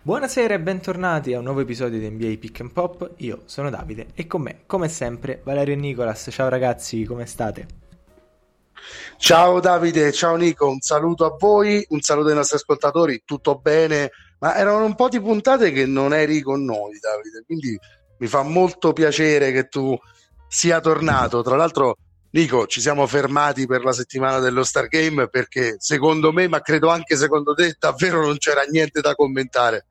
Buonasera e bentornati a un nuovo episodio di NBA Pick and Pop. Io sono Davide e con me, come sempre, Valerio e Nicolas. Ciao ragazzi, come state? Ciao Davide, ciao Nico, un saluto a voi, un saluto ai nostri ascoltatori, tutto bene? Ma erano un po' di puntate che non eri con noi, Davide, quindi mi fa molto piacere che tu sia tornato. Tra l'altro, Nico, ci siamo fermati per la settimana dello Star Game perché secondo me, ma credo anche secondo te, davvero non c'era niente da commentare.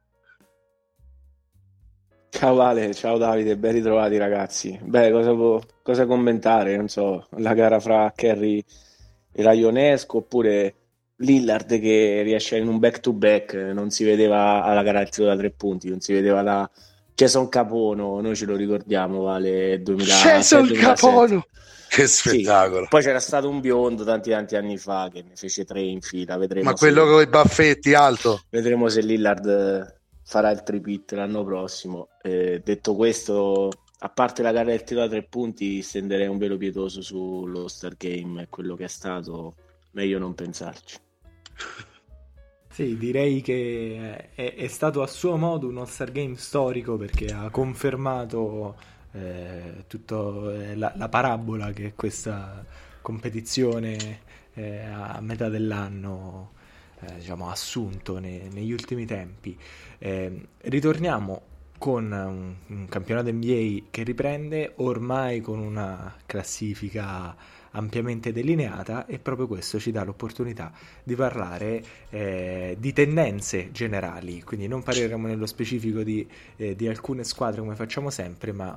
Ciao Vale, ciao Davide, ben ritrovati ragazzi. Beh, cosa commentare? Non so, la gara fra Curry e la Ionesco oppure Lillard che riesce in un back-to-back, non si vedeva alla gara del tiro da 3 punti, non si vedeva la Jason Capono, noi ce lo ricordiamo, Vale, Jason 2006-2007. Capono! Che Sì, spettacolo! poi c'era stato un biondo tanti anni fa che ne fece 3 in fila, Ma quello con i baffetti alto? vedremo se Lillard farà il tripit l'anno prossimo. Detto questo, a parte la gara del tiro da 3 punti, stenderei un velo pietoso sullo Star Game e quello che è stato, meglio non pensarci. Sì, direi che è stato a suo modo uno Star Game storico perché ha confermato tutta la parabola che questa competizione a metà dell'anno diciamo, ha assunto negli ultimi tempi. Ritorniamo con un campionato NBA che riprende ormai con una classifica ampiamente delineata e proprio questo ci dà l'opportunità di parlare di tendenze generali, quindi non parleremo nello specifico di alcune squadre come facciamo sempre, ma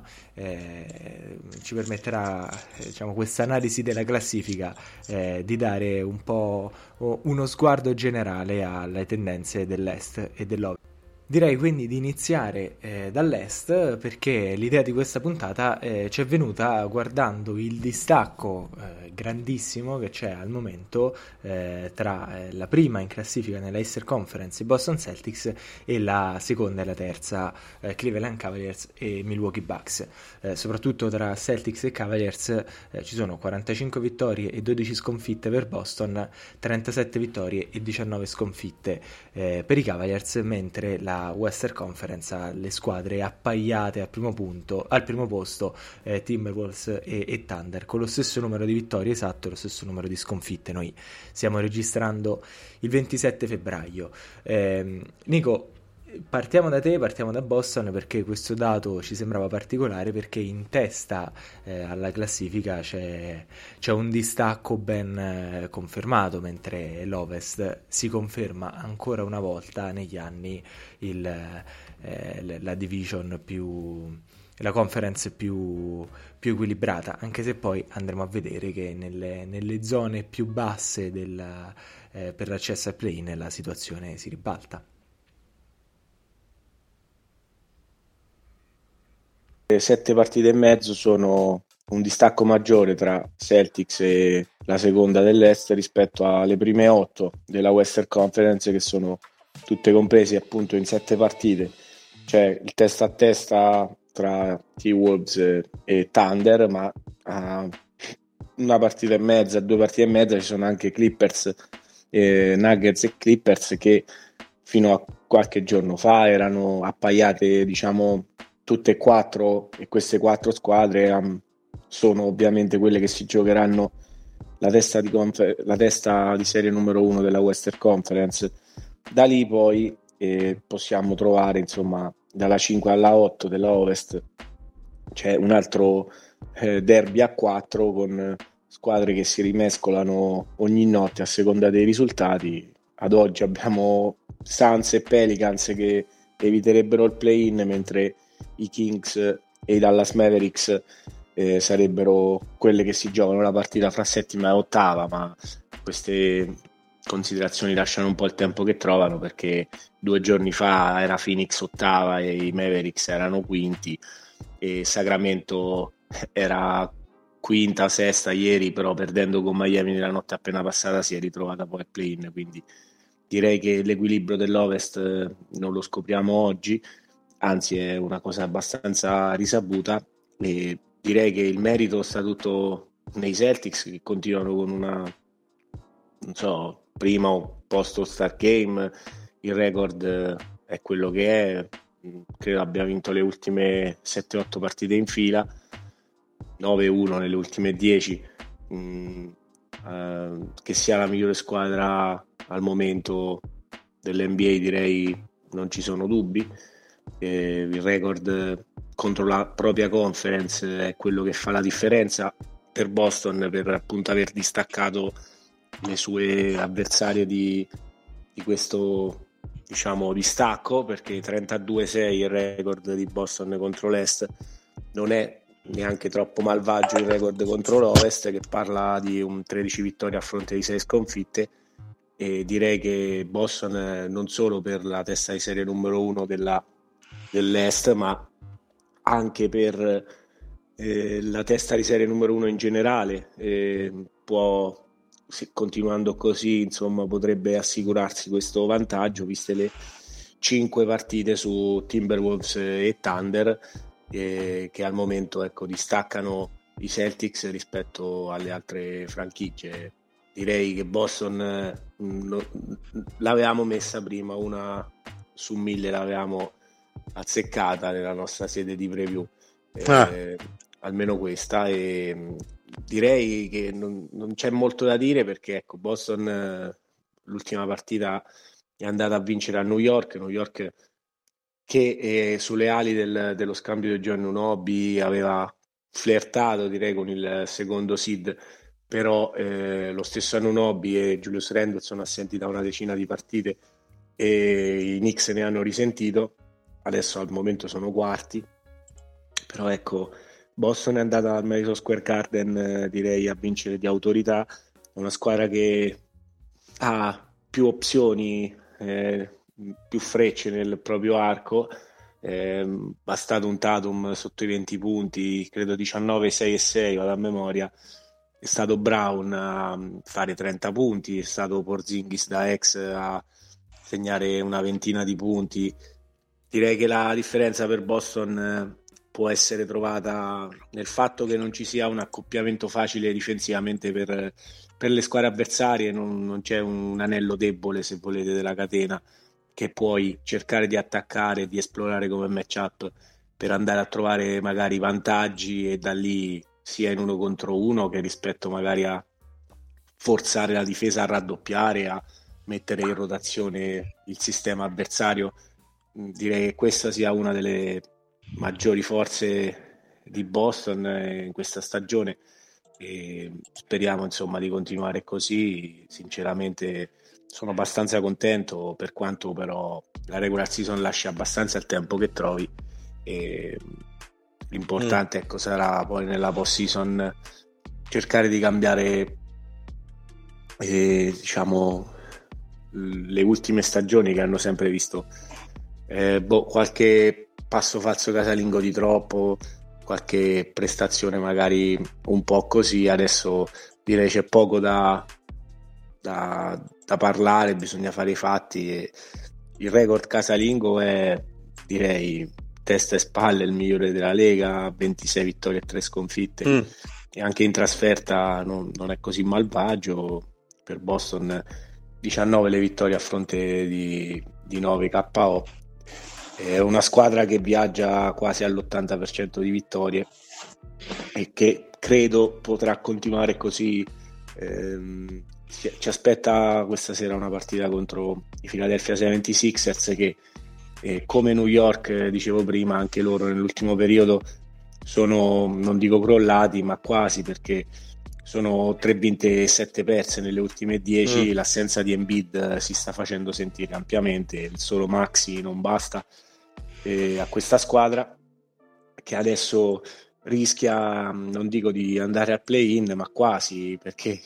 ci permetterà diciamo, questa analisi della classifica di dare un po' uno sguardo generale alle tendenze dell'Est e dell'Ovest. Direi quindi di iniziare dall'est perché l'idea di questa puntata ci è venuta guardando il distacco grandissimo che c'è al momento tra la prima in classifica nella Eastern Conference, i Boston Celtics, e la seconda e la terza Cleveland Cavaliers e Milwaukee Bucks. Soprattutto tra Celtics e Cavaliers ci sono 45 vittorie e 12 sconfitte per Boston, 37 vittorie e 19 sconfitte per i Cavaliers, mentre la Western Conference ha le squadre appaiate al primo posto, Timberwolves e Thunder, con lo stesso numero di vittorie esatto e lo stesso numero di sconfitte. Noi stiamo registrando il 27 febbraio. Nico, partiamo da te, partiamo da Boston perché questo dato ci sembrava particolare perché in testa alla classifica c'è un distacco ben confermato, mentre l'Ovest si conferma ancora una volta negli anni la division la conference più equilibrata, anche se poi andremo a vedere che nelle zone più basse per l'accesso al play-in la situazione si ribalta. 7 partite e mezzo sono un distacco maggiore tra Celtics e la seconda dell'Est rispetto alle prime 8 della Western Conference, che sono tutte comprese appunto in 7 partite. C'è il testa a testa tra T-Wolves e Thunder, ma a 1 partita e mezza, 2 partite e mezza ci sono anche Clippers, Nuggets e Clippers che fino a qualche giorno fa erano appaiate, diciamo, tutte e quattro, e queste 4 squadre sono ovviamente quelle che si giocheranno la testa di serie numero 1 della Western Conference. Da lì poi possiamo trovare, insomma, dalla 5 alla 8 della Ovest c'è un altro derby a 4 con squadre che si rimescolano ogni notte a seconda dei risultati. Ad oggi abbiamo Suns e Pelicans che eviterebbero il play-in, mentre i Kings e i Dallas Mavericks sarebbero quelle che si giocano la partita fra settima e ottava, ma queste considerazioni lasciano un po' il tempo che trovano, perché 2 giorni fa era Phoenix ottava e i Mavericks erano quinti e Sacramento era quinta, sesta ieri, però perdendo con Miami nella notte appena passata si è ritrovata poi al play-in, quindi direi che l'equilibrio dell'Ovest non lo scopriamo oggi, anzi è una cosa abbastanza risaputa, e direi che il merito sta tutto nei Celtics, che continuano con una, non so, prima o post All-Star Game, il record è quello che è. Credo abbia vinto le ultime 7-8 partite in fila, 9-1 nelle ultime 10. Che sia la migliore squadra al momento dell'NBA direi non ci sono dubbi. Il record contro la propria conference è quello che fa la differenza per Boston, per appunto aver distaccato le sue avversarie di questo, diciamo, distacco, perché 32-6 il record di Boston contro l'Est non è neanche troppo malvagio il record contro l'Ovest, che parla di un 13 vittorie a fronte di 6 sconfitte, e direi che Boston non solo per la testa di serie numero 1 dell'Est, ma anche per la testa di serie numero 1 in generale, può, continuando così, insomma, potrebbe assicurarsi questo vantaggio, viste le 5 partite su Timberwolves e Thunder, che al momento, ecco, distaccano i Celtics rispetto alle altre franchigie. Direi che Boston l'avevamo messa prima, una su 1000 l'avevamo azzeccata nella nostra sede di preview, almeno questa, e direi che non c'è molto da dire, perché ecco, Boston l'ultima partita è andata a vincere a New York che sulle ali dello scambio di John Unobi aveva flirtato, direi, con il secondo seed, però lo stesso Anunoby e Julius Randle sono assenti da una decina di partite e i Knicks ne hanno risentito. Adesso al momento sono quarti, però ecco, Boston è andata al Madison Square Garden, direi, a vincere di autorità. Una squadra che ha più opzioni, più frecce nel proprio arco. Bastato un Tatum sotto i 20 punti, credo 19, 6 e 6, vado a memoria. È stato Brown a fare 30 punti, è stato Porzingis da ex a segnare una ventina di punti. Direi che la differenza per Boston può essere trovata nel fatto che non ci sia un accoppiamento facile difensivamente per le squadre avversarie, non c'è un anello debole, se volete, della catena che puoi cercare di attaccare, di esplorare come matchup per andare a trovare magari vantaggi, e da lì sia in 1 contro 1 che rispetto magari a forzare la difesa a raddoppiare, a mettere in rotazione il sistema avversario. Direi che questa sia una delle maggiori forze di Boston in questa stagione, e speriamo, insomma, di continuare così. Sinceramente sono abbastanza contento, per quanto però la regular season lascia abbastanza il tempo che trovi, e l'importante ecco, sarà poi nella post season cercare di cambiare diciamo le ultime stagioni che hanno sempre visto qualche passo falso casalingo di troppo, qualche prestazione magari un po' così. Adesso direi c'è poco da parlare, bisogna fare i fatti, e il record casalingo è, direi, testa e spalle il migliore della Lega, 26 vittorie e 3 sconfitte, e anche in trasferta non è così malvagio. Per Boston 19 le vittorie a fronte di 9 KO. È una squadra che viaggia quasi all'80% di vittorie e che credo potrà continuare così. Ci aspetta questa sera una partita contro i Philadelphia 76ers che, come New York, dicevo prima, anche loro nell'ultimo periodo sono, non dico crollati, ma quasi, perché sono 3 vinte e 7 perse nelle ultime 10. L'assenza di Embiid si sta facendo sentire ampiamente, il solo Maxi non basta a questa squadra, che adesso rischia, non dico di andare al play-in, ma quasi, perché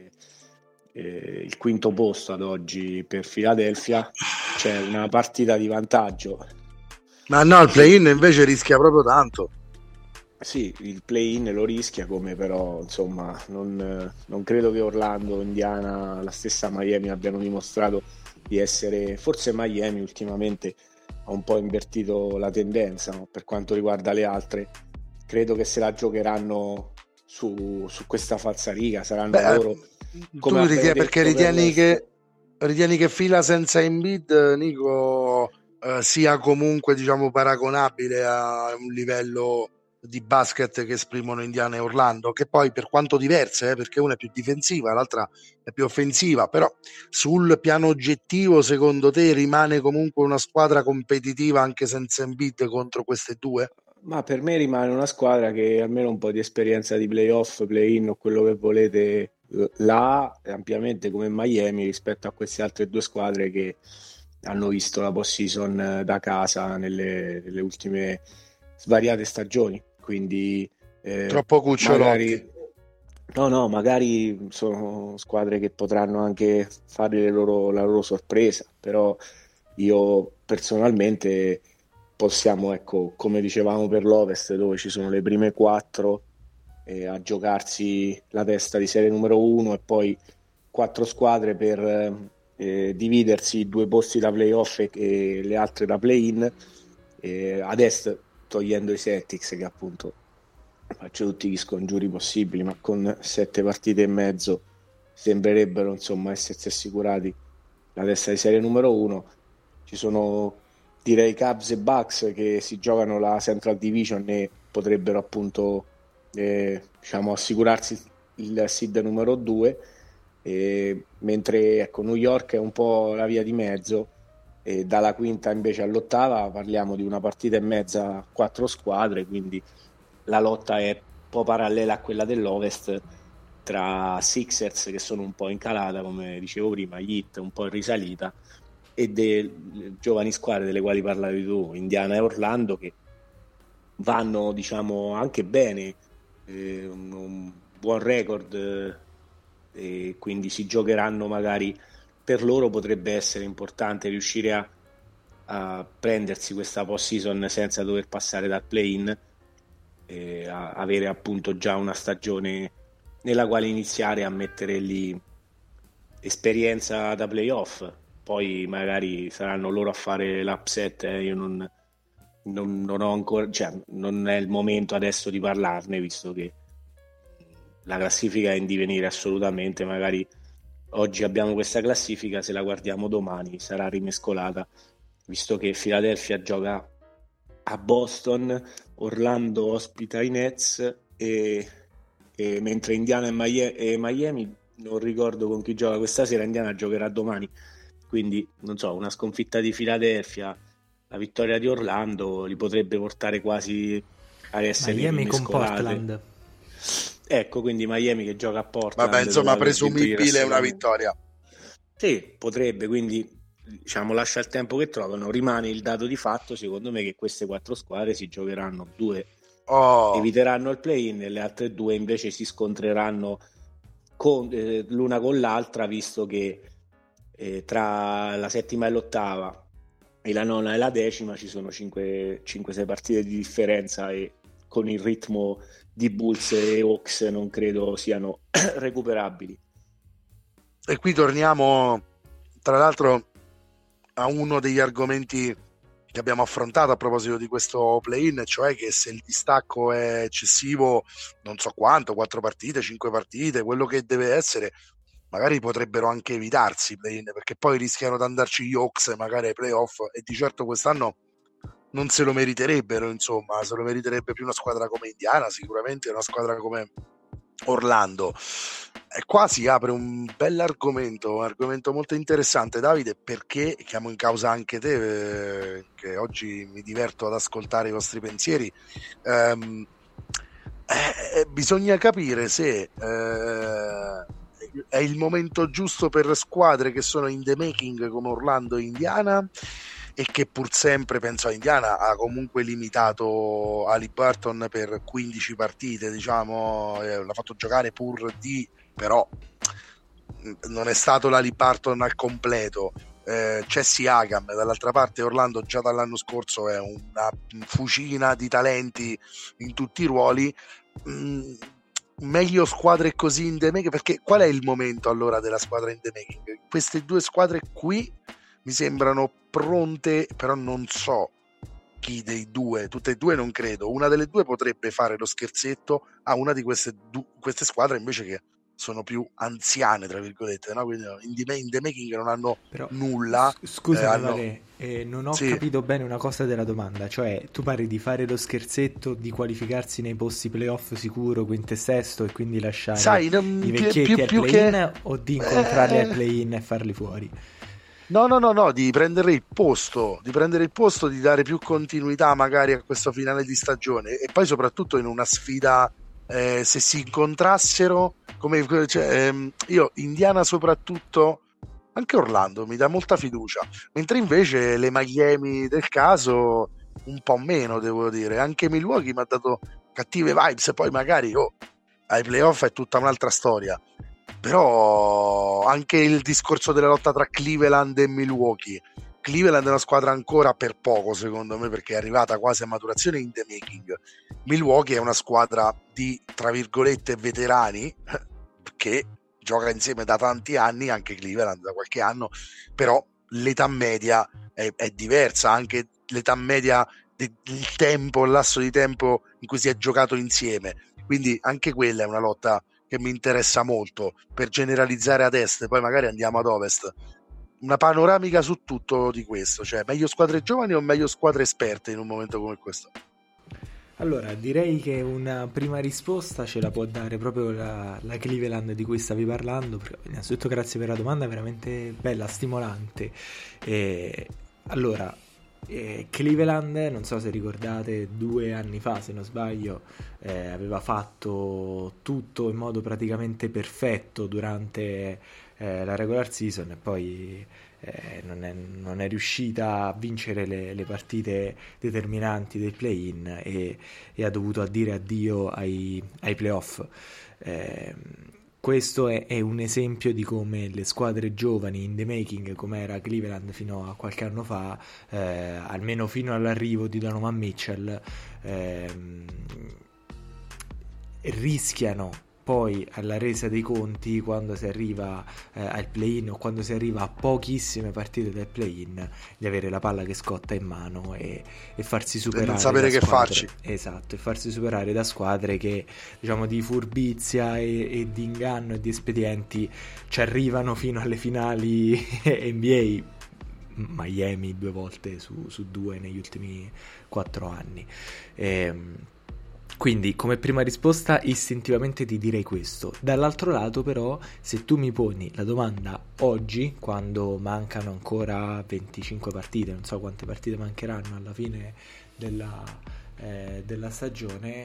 il quinto posto ad oggi per Philadelphia, c'è una partita di vantaggio. Ma no, il play-in invece rischia proprio tanto. Sì, il play-in lo rischia, come però insomma non credo che Orlando, Indiana, la stessa Miami abbiano dimostrato di essere. Forse Miami ultimamente ha un po' invertito la tendenza, no? Per quanto riguarda le altre, credo che se la giocheranno su questa falsariga, saranno loro. Tu perché ritieni che fila senza Embiid, Nico, sia comunque diciamo paragonabile a un livello di basket che esprimono Indiana e Orlando, che poi per quanto diverse, perché una è più difensiva, l'altra è più offensiva, però sul piano oggettivo secondo te rimane comunque una squadra competitiva anche senza Embiid contro queste due? Ma per me rimane una squadra che almeno un po' di esperienza di playoff, play-in o quello che volete l'ha ampiamente come Miami rispetto a queste altre due squadre che hanno visto la post-season da casa nelle ultime svariate stagioni. Quindi Troppo cucciolotti. magari no, magari sono squadre che potranno anche fare la loro sorpresa, però io personalmente possiamo, ecco, come dicevamo per l'Ovest, dove ci sono le prime quattro a giocarsi la testa di serie numero uno e poi quattro squadre per dividersi due posti da playoff e le altre da play-in, ad est togliendo i Celtics che appunto faccio tutti gli scongiuri possibili, ma con 7 partite e mezzo sembrerebbero insomma essersi assicurati la testa di serie numero uno. Ci sono, direi, Cavs e Bucks che si giocano la Central Division e potrebbero appunto diciamo assicurarsi il seed numero 2, mentre ecco, New York è un po' la via di mezzo, e dalla quinta invece all'ottava parliamo di una partita e mezza a 4 squadre, quindi la lotta è un po' parallela a quella dell'Ovest tra Sixers che sono un po' in calata, come dicevo prima, Heat un po' in risalita, e delle giovani squadre delle quali parlavi tu, Indiana e Orlando, che vanno diciamo anche bene, un buon record, e quindi si giocheranno, magari per loro potrebbe essere importante riuscire a prendersi questa post-season senza dover passare dal play-in, avere appunto già una stagione nella quale iniziare a mettere lì esperienza da playoff. Poi magari saranno loro a fare l'upset, io non ho ancora, cioè non è il momento adesso di parlarne, visto che la classifica è in divenire assolutamente. Magari oggi abbiamo questa classifica, se la guardiamo domani sarà rimescolata, visto che Philadelphia gioca a Boston, Orlando ospita i Nets e mentre Indiana e Miami non ricordo con chi gioca questa sera. Indiana giocherà domani, quindi non so, una sconfitta di Philadelphia, la vittoria di Orlando li potrebbe portare quasi a essere Miami con rimescolate. Portland. Ecco, quindi Miami che gioca a Portland. Vabbè, insomma, presumibile una vittoria. Sì, potrebbe, quindi diciamo lascia il tempo che trovano. Rimane il dato di fatto, secondo me, che queste quattro squadre si giocheranno, due eviteranno il play-in e le altre due invece si scontreranno l'una con l'altra, visto che tra la settima e l'ottava e la nona e la decima ci sono 5-6 partite di differenza, e con il ritmo di Bulls e Hawks non credo siano recuperabili. E qui torniamo tra l'altro a uno degli argomenti che abbiamo affrontato a proposito di questo play-in, cioè che se il distacco è eccessivo, non so quanto, 4 partite, 5 partite, quello che deve essere, magari potrebbero anche evitarsi i play-in, perché poi rischiano di andarci gli Hawks magari ai playoff, e di certo quest'anno non se lo meriterebbero, insomma, se lo meriterebbe più una squadra come Indiana, sicuramente una squadra come Orlando. E qua si apre un bell'argomento, un argomento molto interessante, Davide, perché chiamo in causa anche te, che oggi mi diverto ad ascoltare i vostri pensieri. Bisogna capire se è il momento giusto per squadre che sono in the making come Orlando e Indiana, e che pur sempre, penso a Indiana, ha comunque limitato Haliburton per 15 partite, diciamo, l'ha fatto giocare pur di, però non è stato l'Haliburton al completo. C'è Siakam, dall'altra parte Orlando già dall'anno scorso è una fucina di talenti in tutti i ruoli. Meglio squadre così in the making, perché qual è il momento allora della squadra in the making? Queste due squadre qui mi sembrano pronte, però non so chi dei due, tutte e due non credo. Una delle due potrebbe fare lo scherzetto a una di queste squadre invece che sono più anziane, tra virgolette, no? Quindi in the making non hanno Però, nulla. Scusa, Vale, non ho Sì. capito bene una cosa della domanda, cioè tu parli di fare lo scherzetto di qualificarsi nei posti playoff sicuro, quinto e sesto, e quindi lasciare Sai, i vecchietti al più play-in, che... o di incontrarli al play-in e farli fuori? No, di prendere il posto, di dare più continuità magari a questo finale di stagione, e poi soprattutto in una sfida, se si incontrassero, io Indiana soprattutto, anche Orlando mi dà molta fiducia, mentre invece le Miami del caso un po' meno, devo dire. Anche Milwaukee mi ha dato cattive vibes, poi magari ai playoff è tutta un'altra storia. Però anche il discorso della lotta tra Cleveland e Milwaukee, Cleveland è una squadra ancora per poco, secondo me, perché è arrivata quasi a maturazione in the making. Milwaukee è una squadra di, tra virgolette, veterani che gioca insieme da tanti anni, anche Cleveland da qualche anno, però l'età media è diversa, anche l'età media del tempo, il lasso di tempo in cui si è giocato insieme, quindi anche quella è una lotta che mi interessa molto. Per generalizzare ad est, poi magari andiamo ad ovest, una panoramica su tutto di questo, cioè meglio squadre giovani o meglio squadre esperte in un momento come questo? Allora, direi che una prima risposta ce la può dare proprio la Cleveland di cui stavi parlando. Innanzitutto grazie per la domanda, veramente bella, stimolante. Allora, Cleveland, non so se ricordate, 2 anni fa, se non sbaglio, aveva fatto tutto in modo praticamente perfetto durante la regular season, e poi non è riuscita a vincere le partite determinanti del play-in, e ha dovuto dire addio ai playoff. Questo è un esempio di come le squadre giovani in the making, come era Cleveland fino a qualche anno fa, almeno fino all'arrivo di Donovan Mitchell, rischiano poi alla resa dei conti, quando si arriva al play-in o quando si arriva a pochissime partite del play-in, di avere la palla che scotta in mano e farsi superare, non sapere da che squadre, farci. esatto, e farsi superare da squadre che, diciamo, di furbizia e di inganno e di espedienti ci arrivano fino alle finali NBA. Miami 2 volte su 2 negli ultimi 4 anni. Quindi come prima risposta istintivamente ti direi questo. Dall'altro lato però, se tu mi poni la domanda oggi, quando mancano ancora 25 partite, non so quante partite mancheranno alla fine della stagione,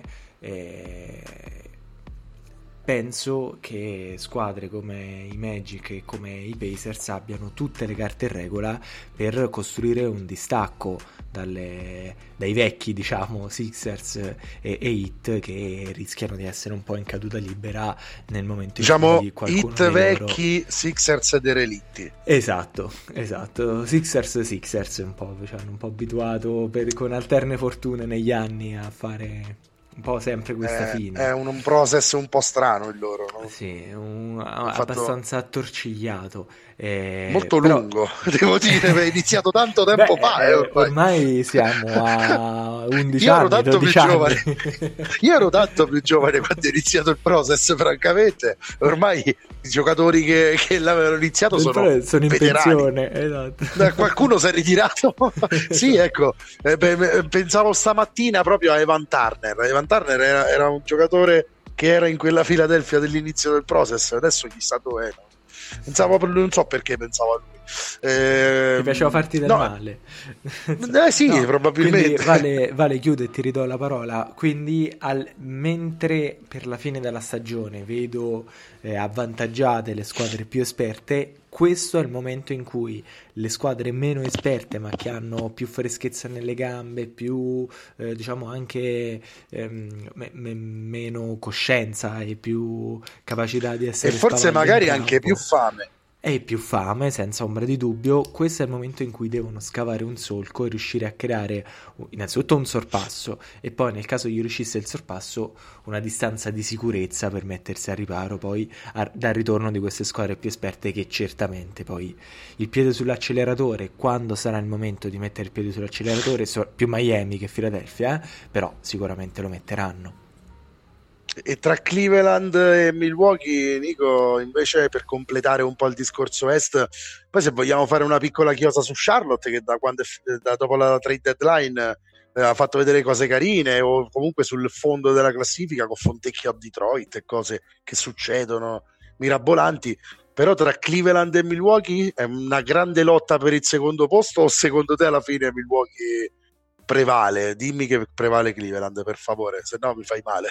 penso che squadre come i Magic e come i Pacers abbiano tutte le carte in regola per costruire un distacco dai vecchi, diciamo, Sixers e Heat, che rischiano di essere un po' in caduta libera nel momento in cui qualcuno Heat vecchi, Sixers derelitti. Esatto, Sixers un po', ci hanno un po' abituato con alterne fortune negli anni a fare un po' sempre questa fine. È un process un po' strano il loro, no? Sì, abbastanza attorcigliato. Molto lungo, devo dire, è iniziato tanto tempo fa. Ormai siamo a 11 anni, 12 anni. Io ero tanto più giovane quando è iniziato il process, francamente. Ormai i giocatori che l'avevano iniziato sono in veterani. pensione, esatto. Qualcuno si è ritirato. Sì, ecco, pensavo stamattina proprio a Evan Turner. Evan Turner era un giocatore che era in quella Philadelphia dell'inizio del process, adesso chissà dove era. Non so perché pensavo a lui. Ti piaceva farti del male? Sì, no, probabilmente. Vale, chiude e ti ridò la parola. Quindi mentre per la fine della stagione vedo avvantaggiate le squadre più esperte, questo è il momento in cui le squadre meno esperte, ma che hanno più freschezza nelle gambe, più diciamo anche meno coscienza e più capacità di essere, e forse magari anche più fame. E più fame, senza ombra di dubbio. Questo è il momento in cui devono scavare un solco e riuscire a creare innanzitutto un sorpasso, e poi, nel caso gli riuscisse il sorpasso, una distanza di sicurezza per mettersi al riparo poi dal ritorno di queste squadre più esperte, che certamente poi il piede sull'acceleratore, quando sarà il momento di mettere il piede sull'acceleratore, più Miami che Philadelphia, però sicuramente lo metteranno. E tra Cleveland e Milwaukee, Nico, invece, per completare un po' il discorso Est, poi se vogliamo fare una piccola chiosa su Charlotte, che da quando dopo la trade deadline ha fatto vedere cose carine, o comunque sul fondo della classifica con Fontecchio a Detroit e cose che succedono mirabolanti. Però tra Cleveland e Milwaukee è una grande lotta per il secondo posto, o secondo te alla fine Milwaukee prevale? Dimmi che prevale Cleveland, per favore, se no mi fai male.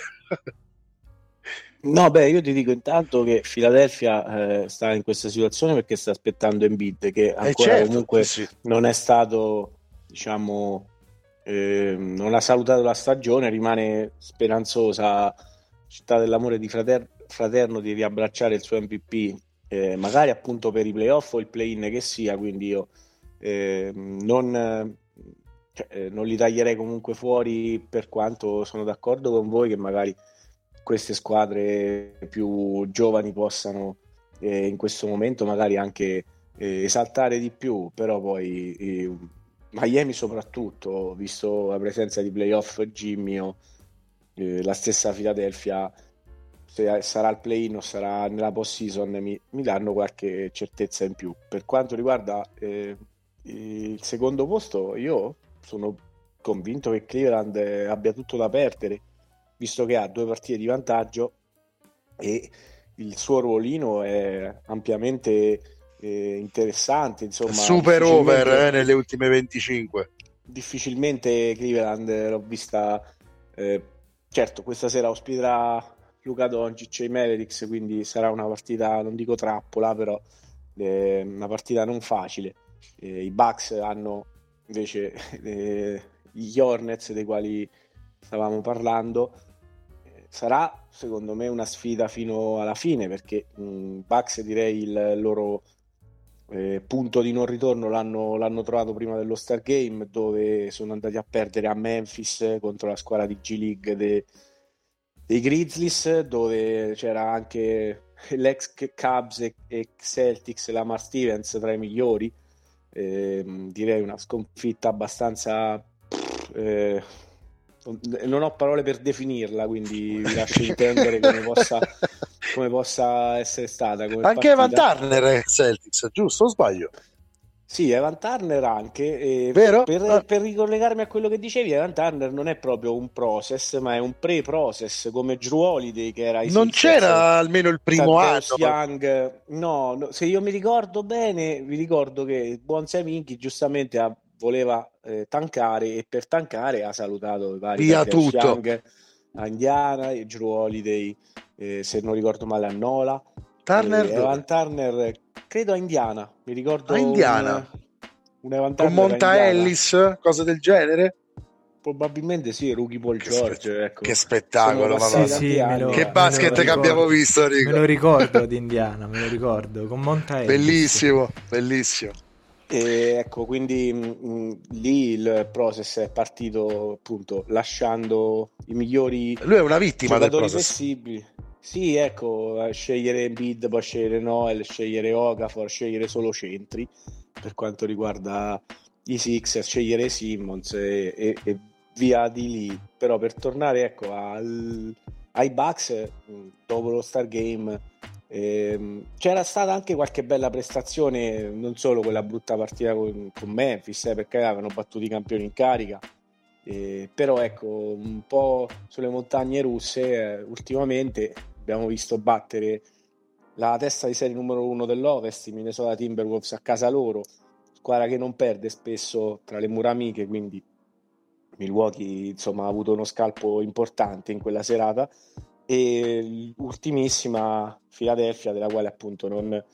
No, beh, io ti dico intanto che Philadelphia sta in questa situazione perché sta aspettando Embiid, che ancora certo, comunque sì. non è stato, diciamo, non ha salutato la stagione, rimane speranzosa, città dell'amore di fraterno, di riabbracciare il suo MVP, magari appunto per i playoff o il play-in che sia, quindi io non li taglierei comunque fuori, per quanto sono d'accordo con voi che magari queste squadre più giovani possano in questo momento magari anche esaltare di più, però poi Miami soprattutto, visto la presenza di playoff Jimmy o la stessa Philadelphia, se sarà al play-in o sarà nella post-season mi danno qualche certezza in più. Per quanto riguarda il secondo posto, io sono convinto che Cleveland abbia tutto da perdere, visto che ha 2 partite di vantaggio e il suo ruolino è ampiamente interessante, insomma, super over nelle ultime 25. Difficilmente Cleveland l'ho vista, certo questa sera ospiterà Luka Doncic e i Mavericks, quindi sarà una partita, non dico trappola, però una partita non facile. I Bucks hanno invece gli Hornets dei quali stavamo parlando. Sarà secondo me una sfida fino alla fine, perché Bucks, direi, il loro punto di non ritorno l'hanno trovato prima dello Star Game, dove sono andati a perdere a Memphis contro la squadra di G League dei Grizzlies, dove c'era anche l'ex Cubs e Celtics, Lamar Stevens tra i migliori. Direi una sconfitta abbastanza non ho parole per definirla, quindi vi lascio intendere come possa essere stata come anche partita. Evan Turner è Celtics, giusto o sbaglio? Sì, Evan Turner anche, vero? Per ricollegarmi a quello che dicevi, Evan Turner non è proprio un process, ma è un pre-process, come Jrue Holiday, che era non c'era almeno il primo anno Young. No, se io mi ricordo bene, vi ricordo che buon Seminchi giustamente voleva tankare, e per tankare ha salutato i vari via tutto Young a Indiana e Jrue Holiday, se non ricordo male, a Nola. Turner Evan Turner credo a Indiana, mi ricordo a Indiana un Evan Turner con Monta Ellis, cose del genere. Probabilmente sì, Rookie Paul George. Ecco. Che spettacolo, che basket che abbiamo visto, Rico. Me lo ricordo di Indiana, me lo ricordo con Monta Ellis. Bellissimo, bellissimo. E ecco, quindi lì il process è partito appunto lasciando i migliori lui è una vittima del process possibili. Sì, ecco, scegliere Embiid, poi scegliere Noel, scegliere Okafor, scegliere solo centri per quanto riguarda i Sixers, scegliere Simmons e via di lì. Però per tornare, ecco, ai Bucks, dopo lo Star Game c'era stata anche qualche bella prestazione, non solo quella brutta partita con Memphis, perché avevano battuto i campioni in carica, però ecco, un po' sulle montagne russe ultimamente abbiamo visto battere la testa di serie numero 1 dell'Ovest, i Minnesota Timberwolves, a casa loro, squadra che non perde spesso tra le mura amiche, quindi Milwaukee insomma ha avuto uno scalpo importante in quella serata. E ultimissima Philadelphia, della quale appunto non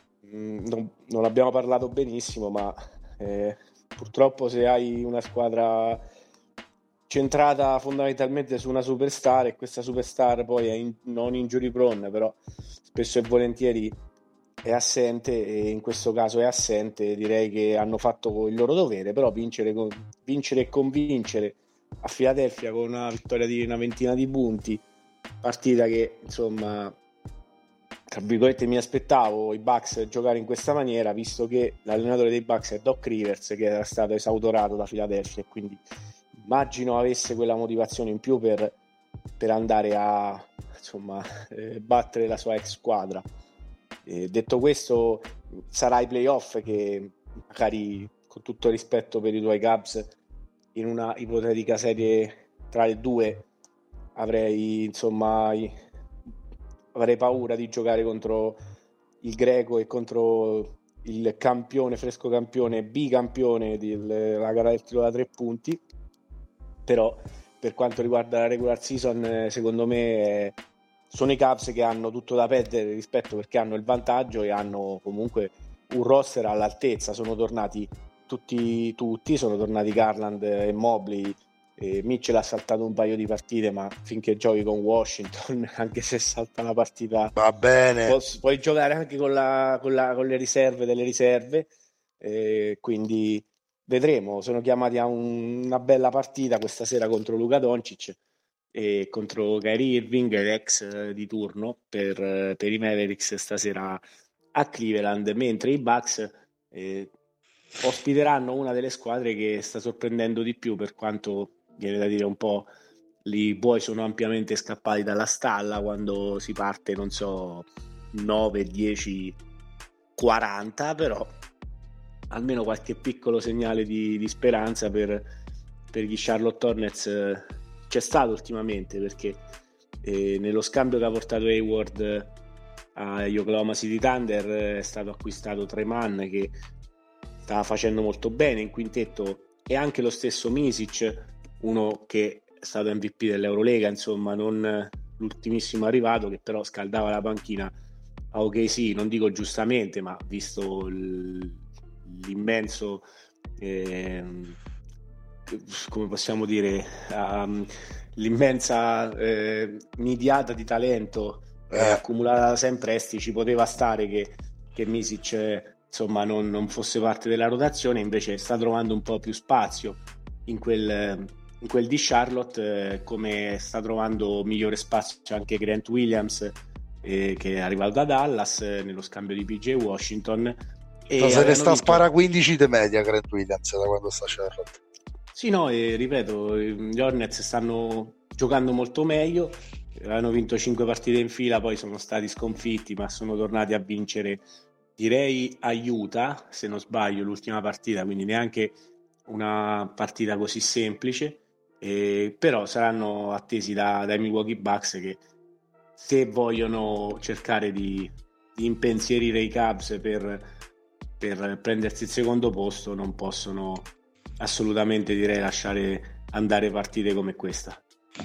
abbiamo parlato benissimo, ma purtroppo se hai una squadra centrata fondamentalmente su una superstar, e questa superstar poi è non injury prone, però spesso e volentieri è assente, e in questo caso è assente, direi che hanno fatto il loro dovere, però vincere e convincere a Philadelphia con una vittoria di una ventina di punti, partita che insomma tra virgolette mi aspettavo i Bucks giocare in questa maniera, visto che l'allenatore dei Bucks è Doc Rivers, che era stato esautorato da Philadelphia, e quindi immagino avesse quella motivazione in più per per andare a insomma battere la sua ex squadra. Detto questo, sarà ai playoff che magari, con tutto il rispetto per i tuoi Cavs, in una ipotetica serie tra le due avrei paura di giocare contro il Greco e contro il campione, fresco campione, bicampione della gara del tiro da 3 punti. Però per quanto riguarda la regular season, secondo me sono i Cavs che hanno tutto da perdere rispetto, perché hanno il vantaggio e hanno comunque un roster all'altezza. Sono tornati tutti, sono tornati Garland e Mobley. Mitchell ha saltato un paio di partite, ma finché giochi con Washington, anche se salta una partita, va bene, puoi giocare anche con le riserve delle riserve, quindi vedremo. Sono chiamati a una bella partita questa sera contro Luka Doncic e contro Kyrie Irving, l'ex di turno per i Mavericks stasera a Cleveland, mentre i Bucks ospiteranno una delle squadre che sta sorprendendo di più, per quanto viene da dire un po' i buoi sono ampiamente scappati dalla stalla quando si parte, non so, 9, 10, 40, però almeno qualche piccolo segnale di speranza per gli Charlotte Hornets c'è stato ultimamente, perché nello scambio che ha portato Hayward agli Oklahoma City Thunder è stato acquistato Treman, che stava facendo molto bene in quintetto, e anche lo stesso Misic, uno che è stato MVP dell'Eurolega, insomma non l'ultimissimo arrivato, che però scaldava la panchina a OKC, non dico giustamente, ma visto l'immenso come possiamo dire l'immensa nidiata di talento accumulata da Sam Presti, ci poteva stare che Misic insomma non fosse parte della rotazione. Invece sta trovando un po' più spazio in quel di Charlotte, come sta trovando migliore spazio anche Grant Williams, che è arrivato da Dallas nello scambio di PJ Washington. E se ne sta spara 15 di media Grant Williams da quando sta a Charlotte. Sì, no, e ripeto, gli Hornets stanno giocando molto meglio, hanno vinto 5 partite in fila, poi sono stati sconfitti, ma sono tornati a vincere, direi a Utah, se non sbaglio, l'ultima partita, quindi neanche una partita così semplice, però saranno attesi dai Milwaukee Bucks, che se vogliono cercare di impensierire i Cavs per prendersi il secondo posto, non possono assolutamente, direi, lasciare andare partite come questa.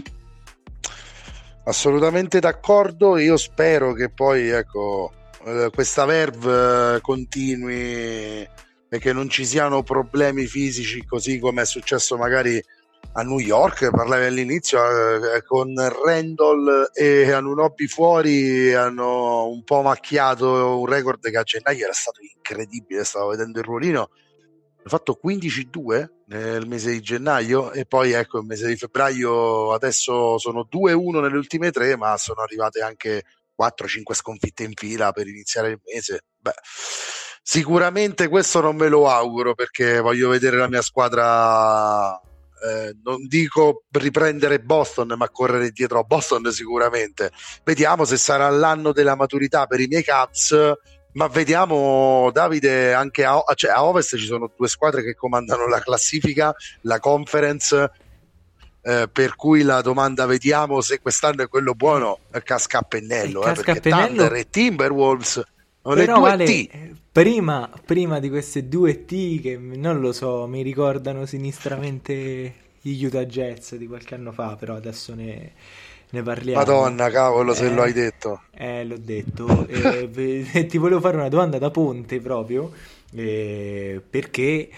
Assolutamente d'accordo. Io spero che poi questa verve continui e che non ci siano problemi fisici, così come è successo magari a New York. Parlavi all'inizio con Randall e Anunoby fuori, hanno un po' macchiato un record che a gennaio era stato incredibile. Stavo vedendo il ruolino, hanno fatto 15-2 nel mese di gennaio, e poi il mese di febbraio adesso sono 2-1 nelle ultime 3, ma sono arrivate anche 4-5 sconfitte in fila per iniziare il mese. Sicuramente questo non me lo auguro, perché voglio vedere la mia squadra, non dico riprendere Boston, ma correre dietro a Boston sicuramente. Vediamo se sarà l'anno della maturità per i miei Cavs, ma vediamo, Davide, anche a Ovest ci sono 2 squadre che comandano la classifica, la conference, per cui la domanda, vediamo se quest'anno è quello buono, casca a pennello, perché Thunder e Timberwolves sono le 2 T. Prima di queste 2 T, che non lo so, mi ricordano sinistramente gli Utah Jazz di qualche anno fa, però adesso ne parliamo. Madonna, cavolo, se lo hai detto. L'ho detto. Ti volevo fare una domanda da ponte proprio, perché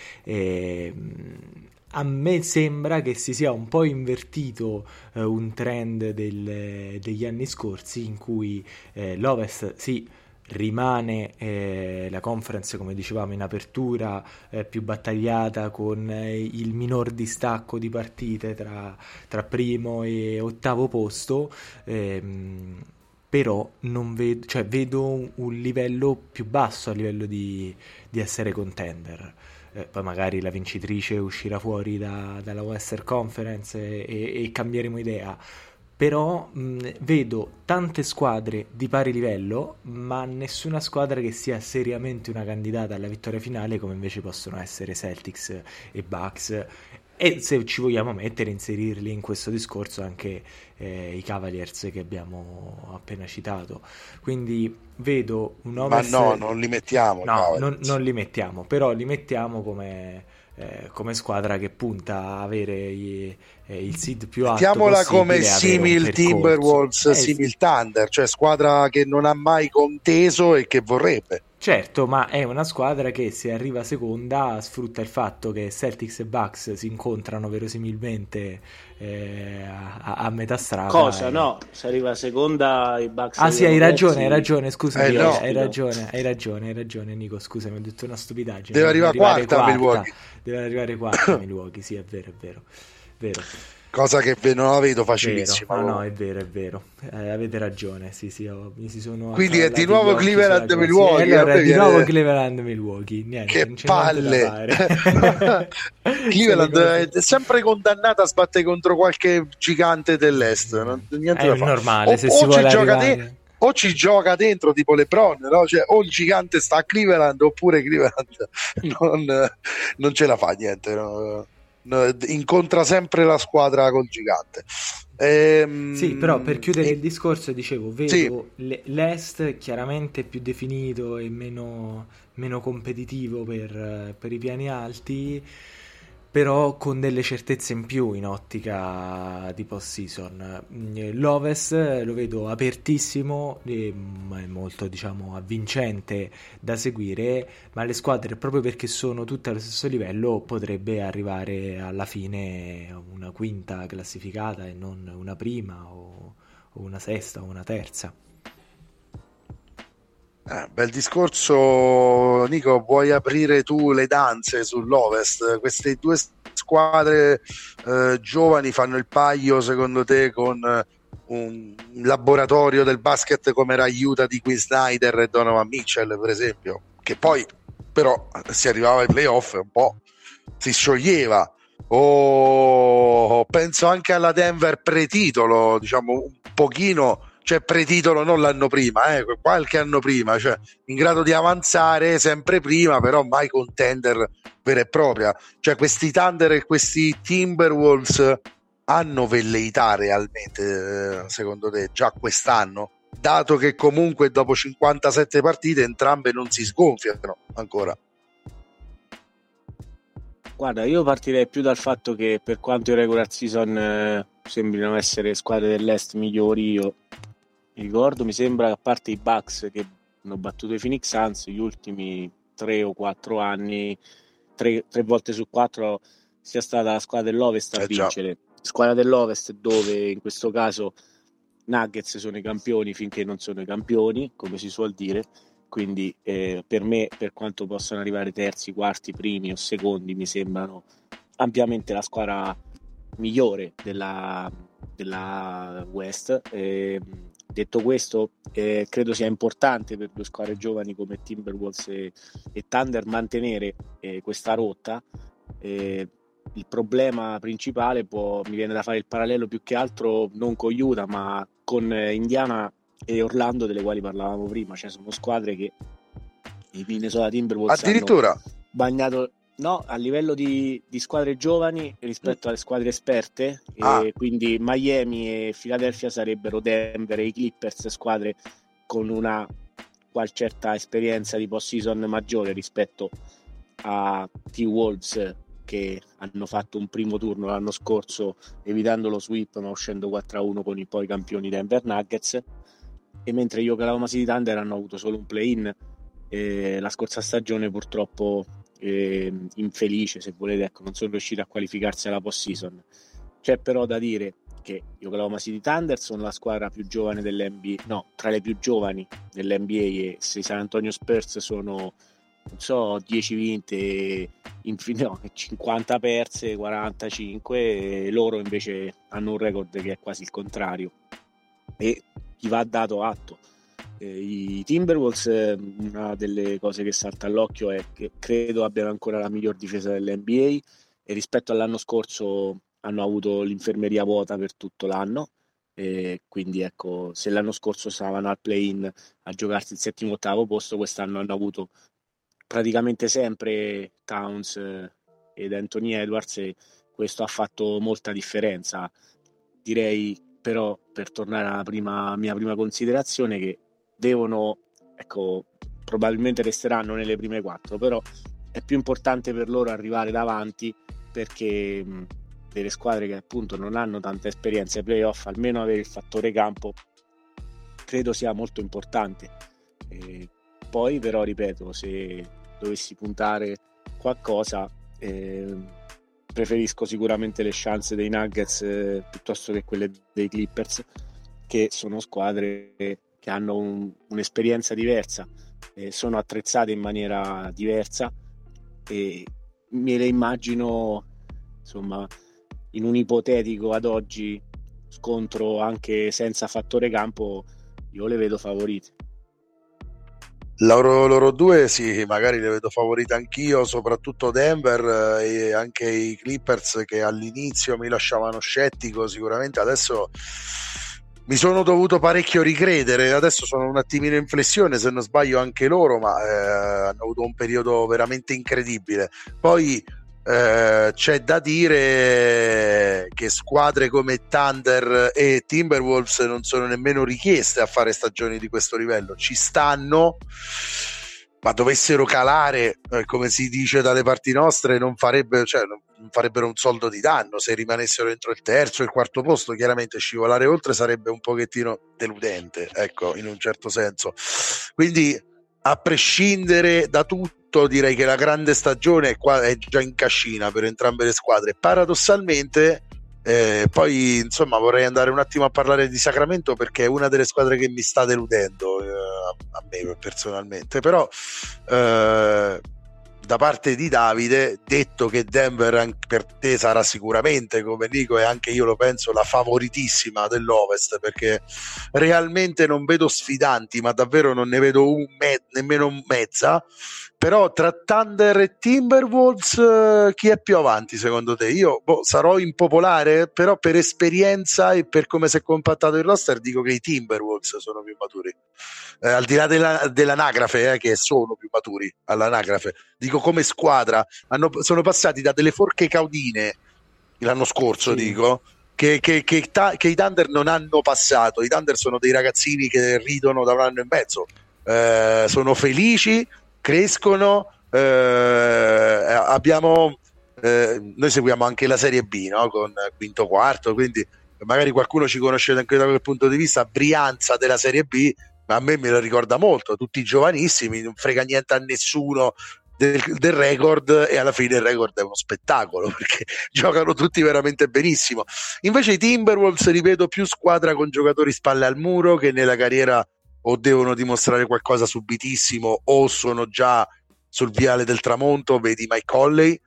a me sembra che si sia un po' invertito un trend degli anni scorsi, in cui l'Ovest rimane la conference, come dicevamo in apertura, più battagliata, con il minor distacco di partite tra primo e ottavo posto, però non vedo, vedo un livello più basso a livello di essere contender. Poi magari la vincitrice uscirà fuori dalla Western Conference e cambieremo idea, però vedo tante squadre di pari livello, ma nessuna squadra che sia seriamente una candidata alla vittoria finale, come invece possono essere Celtics e Bucks. E se ci vogliamo mettere, inserirli in questo discorso anche i Cavaliers che abbiamo appena citato. Quindi vedo un Ma Overs... no, non li mettiamo, No, Cavaliers. non li mettiamo, però li mettiamo come squadra che punta a avere il seed più alto Mettiamola come possibile, avere un simil percorso. Timberwolves, Sì. simil Thunder, cioè squadra che non ha mai conteso e che vorrebbe. Certo, ma è una squadra che se arriva seconda sfrutta il fatto che Celtics e Bucks si incontrano verosimilmente a metà strada. Cosa? No, se arriva seconda i Bucks. Ah sì, hai terzi. ragione, scusami, no. hai ragione Nico, scusami, ho detto una stupidaggine. Deve arrivare quarta Milwaukee. Deve arrivare quarta Milwaukee, sì, è vero. Cosa che non la vedo facilissima. Vero. No, è vero. Avete ragione, sì, mi si sono Quindi è di accavallati nuovo gli occhi Cleveland sulla cosa. Milwaukee. Sì, allora, a me di nuovo viene- Cleveland Milwaukee, niente, Che non c'è niente da fare. Cleveland Sono cose- è sempre condannata a sbattere contro qualche gigante dell'est, niente È da fare. normale, se si vuole arrivare. O ci gioca dentro tipo LeBron, no? Cioè, o il gigante sta a Cleveland oppure Cleveland non ce la fa niente, no? Incontra sempre la squadra col gigante. Sì, però per chiudere il discorso, dicevo, vedo sì. l'Est chiaramente più definito e meno competitivo per i piani alti, però con delle certezze in più in ottica di post-season. L'Ovest lo vedo apertissimo e molto, diciamo, avvincente da seguire, ma le squadre, proprio perché sono tutte allo stesso livello, potrebbe arrivare alla fine una quinta classificata e non una prima o una sesta o una terza. Bel discorso, Nico. Vuoi aprire tu le danze sull'Ovest? Queste due squadre giovani fanno il paio, secondo te, con un laboratorio del basket come era Utah di Quinn Snyder e Donovan Mitchell, per esempio, che poi però si arrivava ai playoff e un po' si scioglieva. O penso anche alla Denver pre-titolo, diciamo un pochino, cioè pre-titolo non l'anno prima, qualche anno prima, cioè in grado di avanzare sempre prima, però mai contender vera e propria. Cioè questi Thunder e questi Timberwolves hanno velleità realmente, secondo te, già quest'anno? Dato che comunque dopo 57 partite entrambe non si sgonfiano ancora. Guarda, io partirei più dal fatto che per quanto i regular season sembrino essere squadre dell'Est migliori, io mi ricordo, mi sembra che a parte i Bucks che hanno battuto i Phoenix Suns gli ultimi 3 o 4 anni, 3 volte su 4 sia stata la squadra dell'Ovest a vincere. Squadra dell'Ovest dove in questo caso Nuggets sono i campioni finché non sono i campioni, come si suol dire. Quindi per me, per quanto possano arrivare terzi, quarti, primi o secondi, mi sembrano ampiamente la squadra migliore della West. Detto questo, credo sia importante per due squadre giovani come Timberwolves e Thunder mantenere questa rotta. Il problema principale mi viene da fare il parallelo più che altro non con Utah ma con Indiana e Orlando, delle quali parlavamo prima. Cioè sono squadre che i Minnesota Timberwolves addirittura hanno bagnato a livello di squadre giovani rispetto alle squadre esperte, e quindi Miami e Philadelphia sarebbero Denver e i Clippers, squadre con una certa esperienza di post-season maggiore rispetto a T-Wolves che hanno fatto un primo turno l'anno scorso evitando lo sweep ma uscendo 4-1 con i poi campioni Denver Nuggets. E mentre gli Oklahoma City Thunder hanno avuto solo un play-in la scorsa stagione, purtroppo infelice se volete, ecco, non sono riusciti a qualificarsi alla post-season. C'è però da dire che gli Oklahoma City Thunder sono la squadra più giovane dell'NBA, no, tra le più giovani dell'NBA, e se i San Antonio Spurs sono, non so, 10 vinte, 50 perse, 45, e loro invece hanno un record che è quasi il contrario e gli va dato atto. I Timberwolves, una delle cose che salta all'occhio è che credo abbiano ancora la miglior difesa dell'NBA e rispetto all'anno scorso hanno avuto l'infermeria vuota per tutto l'anno, quindi ecco, se l'anno scorso stavano al play-in a giocarsi il settimo ottavo posto, quest'anno hanno avuto praticamente sempre Towns ed Anthony Edwards, e questo ha fatto molta differenza. Direi però, per tornare alla mia prima considerazione, che devono, ecco, probabilmente resteranno nelle prime 4, però è più importante per loro arrivare davanti, perché delle squadre che appunto non hanno tanta esperienza ai playoff, almeno avere il fattore campo credo sia molto importante. Poi però, ripeto, se dovessi puntare qualcosa, preferisco sicuramente le chance dei Nuggets piuttosto che quelle dei Clippers, che sono squadre che hanno un'esperienza diversa, sono attrezzate in maniera diversa, e me le immagino, insomma, in un ipotetico ad oggi scontro anche senza fattore campo, io le vedo favorite. Loro due sì, magari le vedo favorite anch'io, soprattutto Denver e anche i Clippers, che all'inizio mi lasciavano scettico, sicuramente adesso mi sono dovuto parecchio ricredere, adesso sono un attimino in flessione, se non sbaglio anche loro, ma hanno avuto un periodo veramente incredibile. Poi c'è da dire che squadre come Thunder e Timberwolves non sono nemmeno richieste a fare stagioni di questo livello, ci stanno, ma dovessero calare, come si dice dalle parti nostre, non farebbero un soldo di danno. Se rimanessero entro il terzo e il quarto posto, chiaramente scivolare oltre sarebbe un pochettino deludente, ecco, in un certo senso. Quindi, a prescindere da tutto, direi che la grande stagione è già in cascina per entrambe le squadre. Paradossalmente, poi insomma vorrei andare un attimo a parlare di Sacramento, perché è una delle squadre che mi sta deludendo a me personalmente, però da parte di Davide, detto che Denver anche per te sarà sicuramente, come dico, e anche io lo penso, la favoritissima dell'Ovest, perché realmente non vedo sfidanti, ma davvero non ne vedo nemmeno mezza. Però tra Thunder e Timberwolves chi è più avanti secondo te? Io sarò impopolare, però per esperienza e per come si è compattato il roster dico che i Timberwolves sono più maturi, al di là dell'anagrafe, che sono più maturi all'anagrafe, dico come squadra sono passati da delle forche caudine l'anno scorso, sì. Dico che i Thunder non hanno passato. I Thunder sono dei ragazzini che ridono da un anno e mezzo, sono felici, crescono, noi seguiamo anche la Serie B, no? Con quinto quarto, quindi magari qualcuno ci conosce anche da quel punto di vista. Brianza della Serie B, ma a me la ricorda molto, tutti giovanissimi, non frega niente a nessuno del record, e alla fine il record è uno spettacolo perché giocano tutti veramente benissimo. Invece i Timberwolves, ripeto, più squadra con giocatori spalle al muro, che nella carriera o devono dimostrare qualcosa subitissimo o sono già sul viale del tramonto, vedi Mike Conley.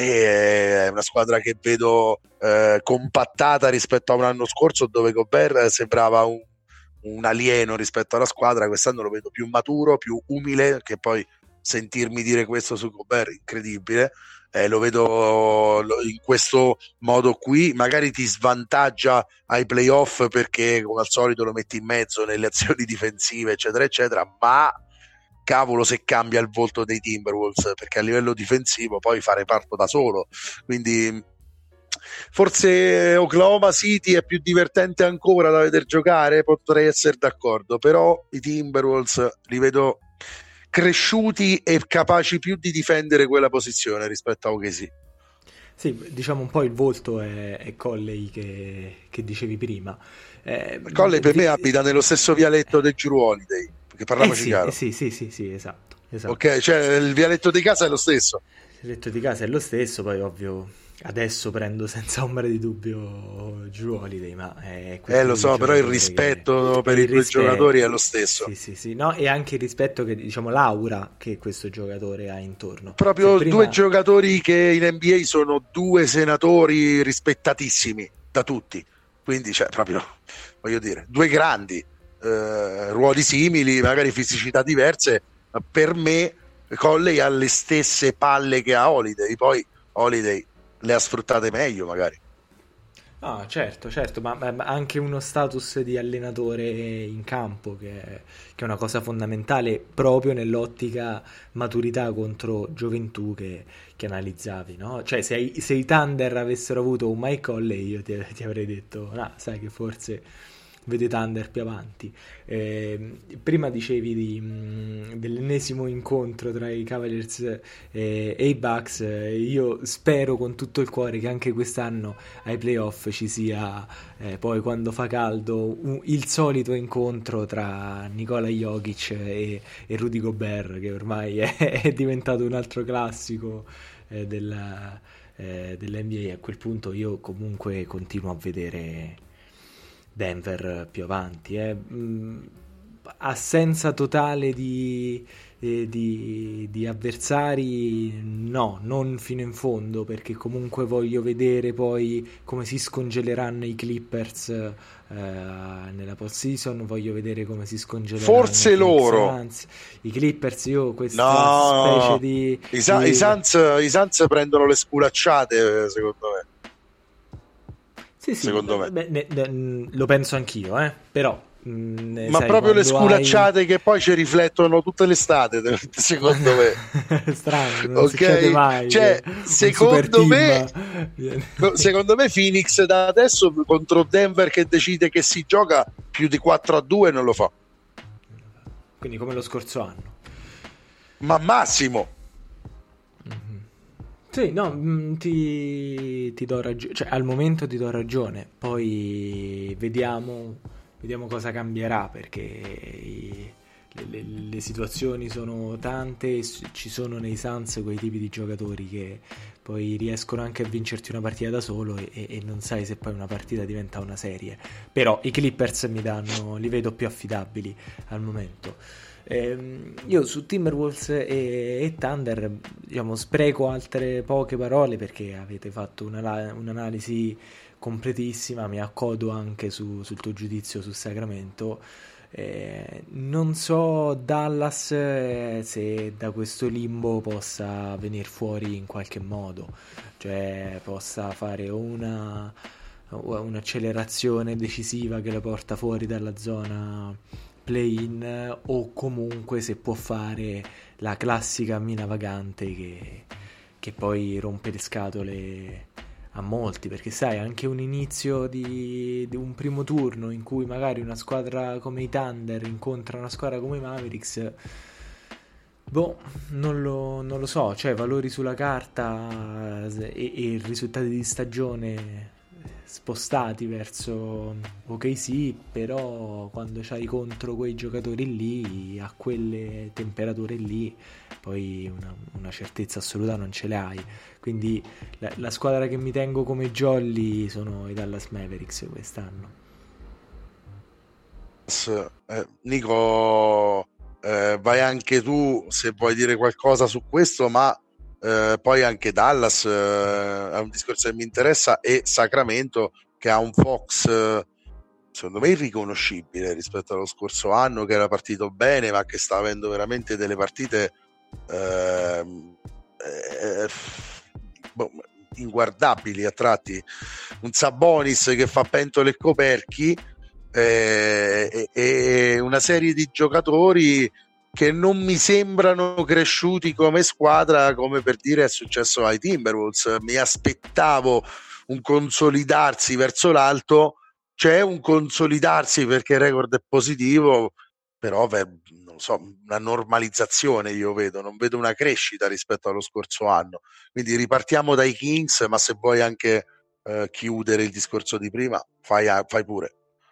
È una squadra che vedo compattata rispetto a un anno scorso, dove Gobert sembrava un alieno rispetto alla squadra. Quest'anno lo vedo più maturo, più umile, che poi sentirmi dire questo su Gobert, incredibile. Lo vedo in questo modo qui, magari ti svantaggia ai playoff perché come al solito lo metti in mezzo nelle azioni difensive eccetera eccetera, ma cavolo se cambia il volto dei Timberwolves, perché a livello difensivo poi fa reparto da solo. Quindi forse Oklahoma City è più divertente ancora da vedere giocare, potrei essere d'accordo, però i Timberwolves li vedo cresciuti e capaci più di difendere quella posizione rispetto a OKC. Sì, diciamo un po' il volto è Conley che dicevi prima. Conley per me abita nello stesso vialetto del Drew Holiday, perché parliamoci chiaro. Sì, esatto. Ok, cioè il vialetto di casa è lo stesso. Il vialetto di casa è lo stesso, poi ovvio adesso prendo senza ombra di dubbio Drew Holiday, ma lo so, però il rispetto per i due giocatori è lo stesso. Sì, no, e anche il rispetto che, diciamo, l'aura che questo giocatore ha intorno. Proprio due giocatori che in NBA sono due senatori rispettatissimi da tutti, quindi cioè proprio, voglio dire, due grandi, ruoli simili, magari fisicità diverse, ma per me Conley ha le stesse palle che ha Holiday, poi Holiday le ha sfruttate meglio magari. Ah, certo, certo, ma anche uno status di allenatore in campo che è una cosa fondamentale proprio nell'ottica maturità contro gioventù che analizzavi, no? Cioè, se i Thunder avessero avuto un Mike Conley, io ti avrei detto, no, sai che forse vede Thunder più avanti. Prima dicevi dell'ennesimo incontro tra i Cavaliers e i Bucks. Io spero con tutto il cuore che anche quest'anno ai playoff ci sia poi quando fa caldo il solito incontro tra Nikola Jokic e Rudy Gobert, che ormai è diventato un altro classico dell'NBA. A quel punto io comunque continuo a vedere Denver più avanti. Assenza totale di avversari, no, non fino in fondo, perché comunque voglio vedere poi come si scongeleranno i Clippers nella postseason, voglio vedere come si scongeleranno Forse i Phoenix loro. Suns. I Clippers, io questa No, specie di, i Suns prendono le sculacciate, secondo me. sì, Secondo me. lo penso anch'io, però Ma sai, proprio le quando sculacciate che poi ci riflettono tutte l'estate, secondo me. strano, non succede Ok? mai Cioè, che un super secondo me, team secondo me Phoenix da adesso contro Denver che decide che si gioca più di 4-2 non lo fa. quindi come lo scorso anno. Ma massimo. Sì, no, ti do ragione, cioè al momento ti do ragione, poi vediamo cosa cambierà, perché le situazioni sono tante, ci sono nei Suns quei tipi di giocatori che poi riescono anche a vincerti una partita da solo e non sai se poi una partita diventa una serie. Però i Clippers li vedo più affidabili al momento. Io su Timberwolves e Thunder, diciamo, spreco altre poche parole perché avete fatto un'analisi completissima, mi accodo anche sul tuo giudizio su Sacramento. Non so Dallas se da questo limbo possa venire fuori in qualche modo, cioè possa fare un'accelerazione decisiva che la porta fuori dalla zona play-in, o comunque se può fare la classica mina vagante che poi rompe le scatole a molti, perché sai, anche un inizio di un primo turno in cui magari una squadra come i Thunder incontra una squadra come i Mavericks, boh, non lo so, cioè valori sulla carta e risultati di stagione spostati verso OKC, però quando c'hai contro quei giocatori lì, a quelle temperature lì, poi una certezza assoluta non ce l'hai. Quindi la squadra che mi tengo come jolly sono i Dallas Mavericks quest'anno. Nico, vai anche tu se vuoi dire qualcosa su questo, ma poi anche Dallas è un discorso che mi interessa, e Sacramento che ha un Fox secondo me irriconoscibile rispetto allo scorso anno, che era partito bene ma che sta avendo veramente delle partite inguardabili a tratti. Un Sabonis che fa pentole e coperchi, e una serie di giocatori che non mi sembrano cresciuti come squadra, come per dire è successo ai Timberwolves. Mi aspettavo un consolidarsi verso l'alto, c'è un consolidarsi perché il record è positivo, però non so, una normalizzazione io vedo, non vedo una crescita rispetto allo scorso anno. Quindi ripartiamo dai Kings, ma se vuoi anche chiudere il discorso di prima, fai pure.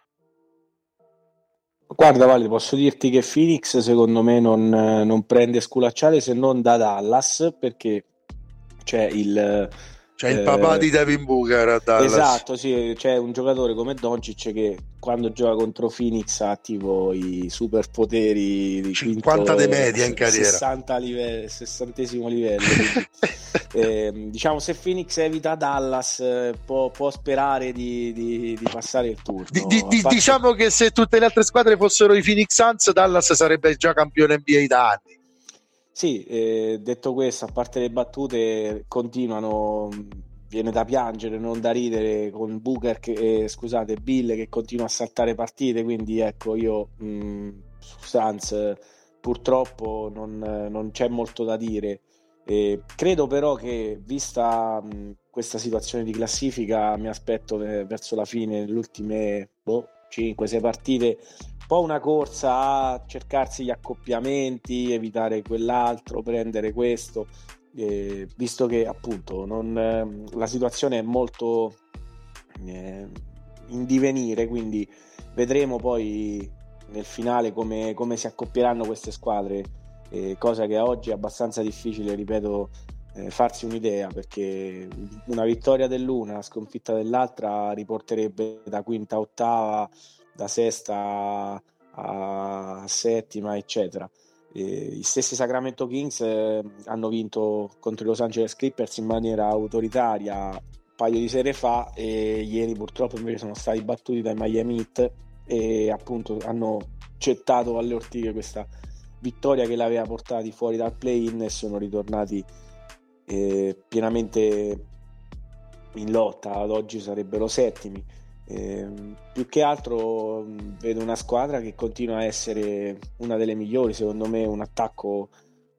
Guarda Vale, posso dirti che Phoenix secondo me non prende sculacciate se non da Dallas, perché c'è il papà di Devin Booker a Dallas. Esatto, sì, c'è un giocatore come Doncic che quando gioca contro Phoenix ha tipo i superpoteri di 50 di media in carriera, 60esimo livello. Diciamo, se Phoenix evita Dallas può sperare di passare il turno. Diciamo che se tutte le altre squadre fossero i Phoenix Suns, Dallas sarebbe già campione NBA da anni. Sì, detto questo, a parte le battute, continuano viene da piangere, non da ridere, con Booker Bill che continua a saltare partite, quindi ecco, io su Suns purtroppo non c'è molto da dire. Credo però che, vista questa situazione di classifica, mi aspetto verso la fine, nelle ultime 5-6 partite, un po' una corsa a cercarsi gli accoppiamenti, evitare quell'altro, prendere questo, visto che appunto la situazione è molto in divenire, quindi vedremo poi nel finale come si accoppieranno queste squadre, cosa che oggi è abbastanza difficile, ripeto, farsi un'idea, perché una vittoria dell'una, la sconfitta dell'altra riporterebbe da quinta a ottava, da sesta a settima, eccetera. Gli stessi Sacramento Kings hanno vinto contro i Los Angeles Clippers in maniera autoritaria un paio di sere fa, e ieri purtroppo invece sono stati battuti dai Miami Heat, e appunto hanno gettato alle ortiche questa vittoria che l'aveva portati fuori dal play-in, e sono ritornati pienamente in lotta. Ad oggi sarebbero settimi. Più che altro vedo una squadra che continua a essere una delle migliori, secondo me, un attacco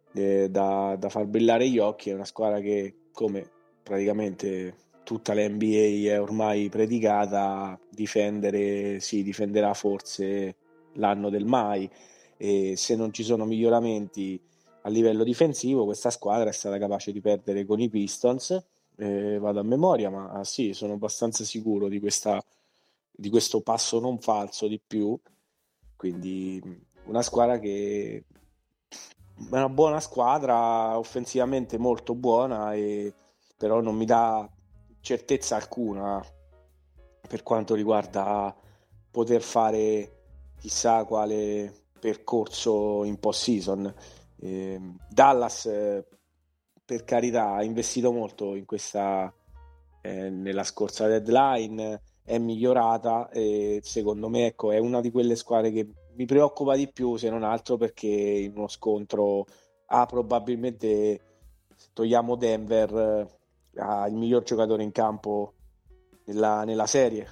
da far brillare gli occhi. È una squadra che, come praticamente tutta la NBA è ormai predicata, difenderà forse l'anno del mai, e se non ci sono miglioramenti a livello difensivo, questa squadra è stata capace di perdere con i Pistons. Vado a memoria, ma sì, sono abbastanza sicuro di questo passo non falso di più. Quindi una squadra che è una buona squadra, offensivamente molto buona, però non mi dà certezza alcuna per quanto riguarda poter fare chissà quale percorso in post-season. Dallas, per carità, ha investito molto in questa nella scorsa deadline, è migliorata, e secondo me, ecco, è una di quelle squadre che mi preoccupa di più, se non altro perché in uno scontro probabilmente, se togliamo Denver, ha il miglior giocatore in campo nella serie,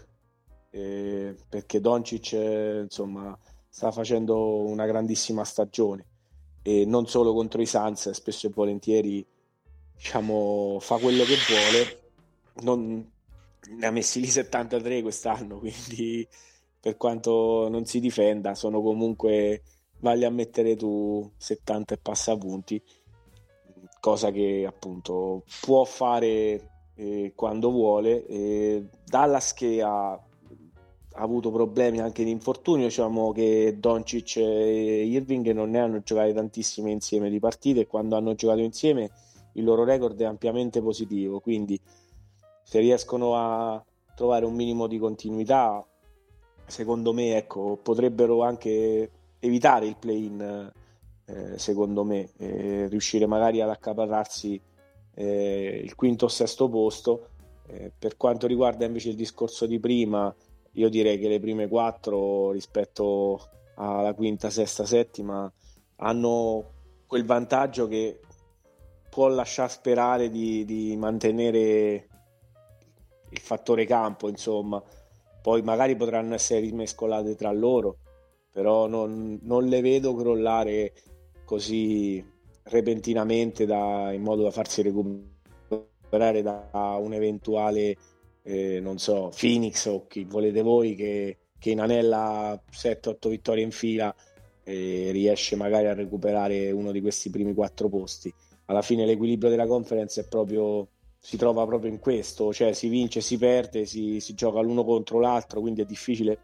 perché Doncic insomma sta facendo una grandissima stagione, e non solo contro i Suns, spesso e volentieri, diciamo, fa quello che vuole. Ne ha messi lì 73 quest'anno, quindi per quanto non si difenda, sono comunque, valli a mettere tu 70 e passa punti, cosa che appunto può fare quando vuole. Dallas, che ha avuto problemi anche di infortunio, diciamo che Doncic e Irving non ne hanno giocate tantissime insieme di partite, e quando hanno giocato insieme il loro record è ampiamente positivo, quindi se riescono a trovare un minimo di continuità, secondo me, ecco, potrebbero anche evitare il play-in, secondo me, riuscire magari ad accaparrarsi il quinto o sesto posto. Per quanto riguarda invece il discorso di prima, io direi che le prime 4 rispetto alla quinta, sesta, settima hanno quel vantaggio che può lasciar sperare di mantenere il fattore campo, insomma. Poi magari potranno essere rimescolate tra loro, però non le vedo crollare così repentinamente in modo da farsi recuperare da un eventuale non so, Phoenix o chi volete voi, che inanella 7-8 vittorie in fila e riesce magari a recuperare uno di questi primi 4 posti. Alla fine l'equilibrio della conference si trova proprio in questo, cioè si vince, si perde, si gioca l'uno contro l'altro, quindi è difficile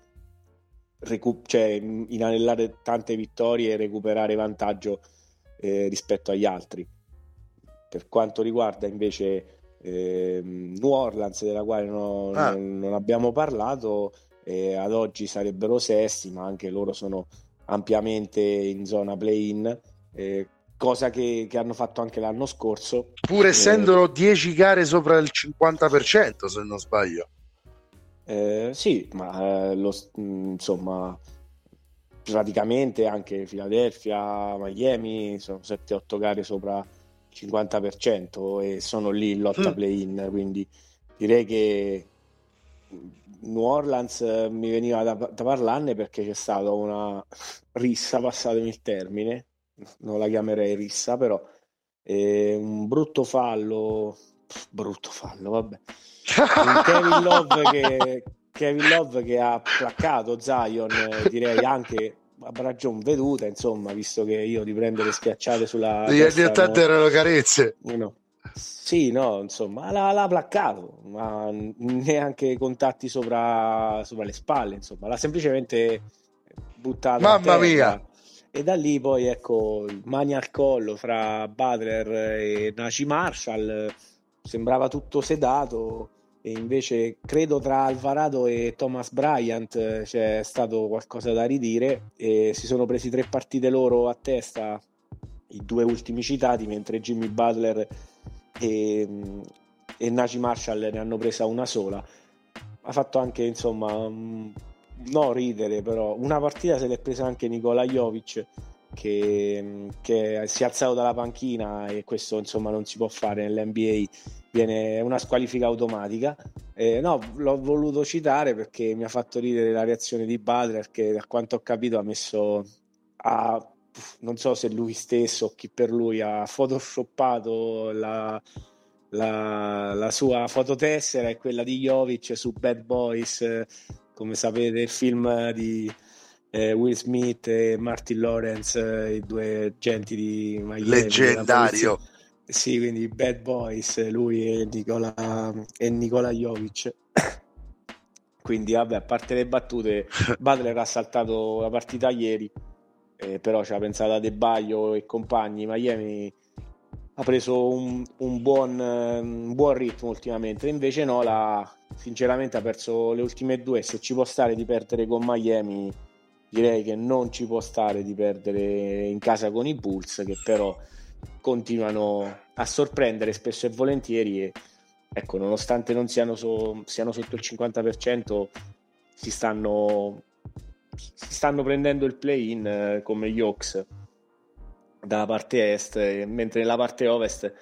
inanellare tante vittorie e recuperare vantaggio rispetto agli altri. Per quanto riguarda invece New Orleans, della quale non abbiamo parlato, ad oggi sarebbero sesti, ma anche loro sono ampiamente in zona play-in, cosa che hanno fatto anche l'anno scorso, pur essendo 10 gare sopra il 50%, se non sbaglio. Sì, ma insomma, praticamente anche Philadelphia, Miami sono 7-8 gare sopra 50% e sono lì in lotta play-in, quindi direi che New Orleans mi veniva da parlarne perché c'è stata una rissa, passatemi il termine, non la chiamerei rissa, però un brutto fallo, vabbè, un Kevin Love che ha placcato Zion, direi anche a ragion veduta, insomma, visto che io di prendere schiacciate sulla gli anni 80 erano carezze. No. Sì, no, insomma, l'ha placcato, ma neanche contatti sopra le spalle, insomma, l'ha semplicemente buttato a Mamma terra. Mia! E da lì poi, ecco, mani al collo fra Butler e Naji Marshall, sembrava tutto sedato, e invece credo tra Alvarado e Thomas Bryant c'è stato qualcosa da ridire, e si sono presi 3 partite loro a testa, i 2 ultimi citati, mentre Jimmy Butler e Naji Marshall ne hanno presa una sola. Ha fatto anche, insomma, no ridere, però una partita se l'è presa anche Nikola Jovic, che si è alzato dalla panchina, e questo insomma non si può fare nell'NBA, viene una squalifica automatica. No, l'ho voluto citare perché mi ha fatto ridere la reazione di Butler, che a quanto ho capito ha messo non so se lui stesso o chi per lui ha photoshoppato la sua fototessera e quella di Jovic su Bad Boys, come sapete il film di Will Smith e Martin Lawrence, i 2 agenti di Miami, leggendario. Sì, quindi Bad Boys, lui e Nikola Jovic. Quindi vabbè, a parte le battute, Butler ha saltato la partita ieri, però ci ha pensato Adebayo e compagni. Miami ha preso un buon ritmo ultimamente, invece no, sinceramente ha perso le ultime 2. Se ci può stare di perdere con Miami, direi che non ci può stare di perdere in casa con i Bulls, che però continuano a sorprendere spesso e volentieri, e ecco, nonostante non siano sotto il 50%, si stanno prendendo il play-in come gli Hawks dalla parte est, mentre nella parte ovest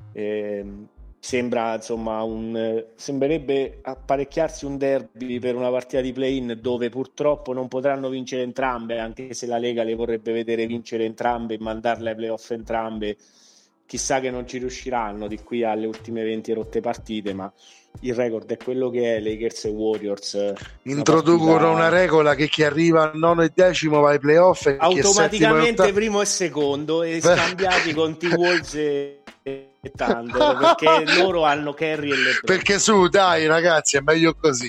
sembra, insomma, sembrerebbe apparecchiarsi un derby per una partita di play-in dove purtroppo non potranno vincere entrambe, anche se la Lega le vorrebbe vedere vincere entrambe e mandarle ai playoff entrambe. Chissà che non ci riusciranno di qui alle ultime 20 rotte partite, ma il record è quello che è. Lakers e Warriors introducono una regola che chi arriva al 9 e 10 va ai playoff e automaticamente primo e secondo, e scambiati con T-Wolves e Thunder, perché loro hanno Curry e LeBron. Perché su, dai ragazzi, è meglio così.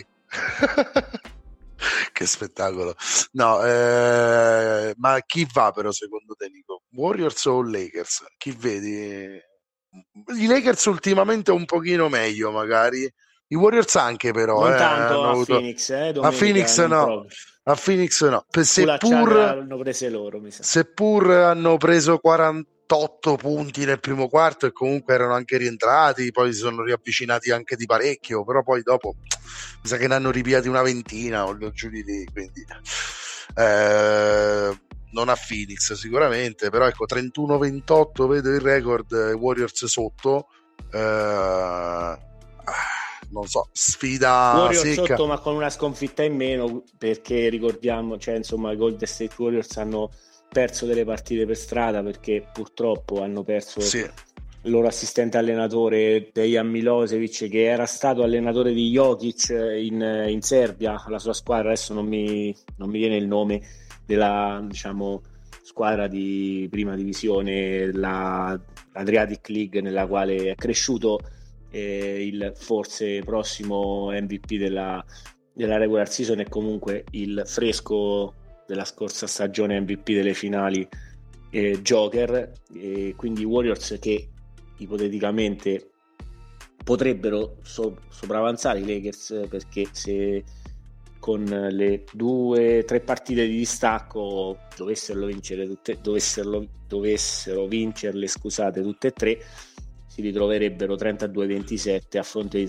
Che spettacolo. No, ma chi va però secondo te, Nico? Warriors o Lakers? Chi vedi? I Lakers ultimamente un pochino meglio magari, i Warriors anche però non tanto a avuto... Phoenix, a Phoenix no proprio. A Phoenix no, hanno prese loro, mi sa. Seppur hanno preso 48 punti nel primo quarto e comunque erano anche rientrati, poi si sono riavvicinati anche di parecchio, però poi dopo mi sa che ne hanno ripiati una ventina o giù di lì, quindi non a Phoenix sicuramente, però ecco 31-28 vedo il record, Warriors sotto, non so, sfida Warriors secca. Sotto, ma con una sconfitta in meno, perché ricordiamo, cioè insomma, i Golden State Warriors hanno perso delle partite per strada, perché purtroppo hanno perso il loro assistente allenatore Dejan Milosevic, che era stato allenatore di Jokic in Serbia, la sua squadra, adesso non mi viene il nome della, diciamo, squadra di prima divisione, la Adriatic League, nella quale è cresciuto il forse prossimo MVP della regular season, e comunque il fresco della scorsa stagione MVP delle finali, Joker, e quindi Warriors che ipoteticamente potrebbero sopravanzare i Lakers, perché se con le 2-3 partite di distacco dovessero vincerle tutte e 3, si ritroverebbero 32-27 a fronte di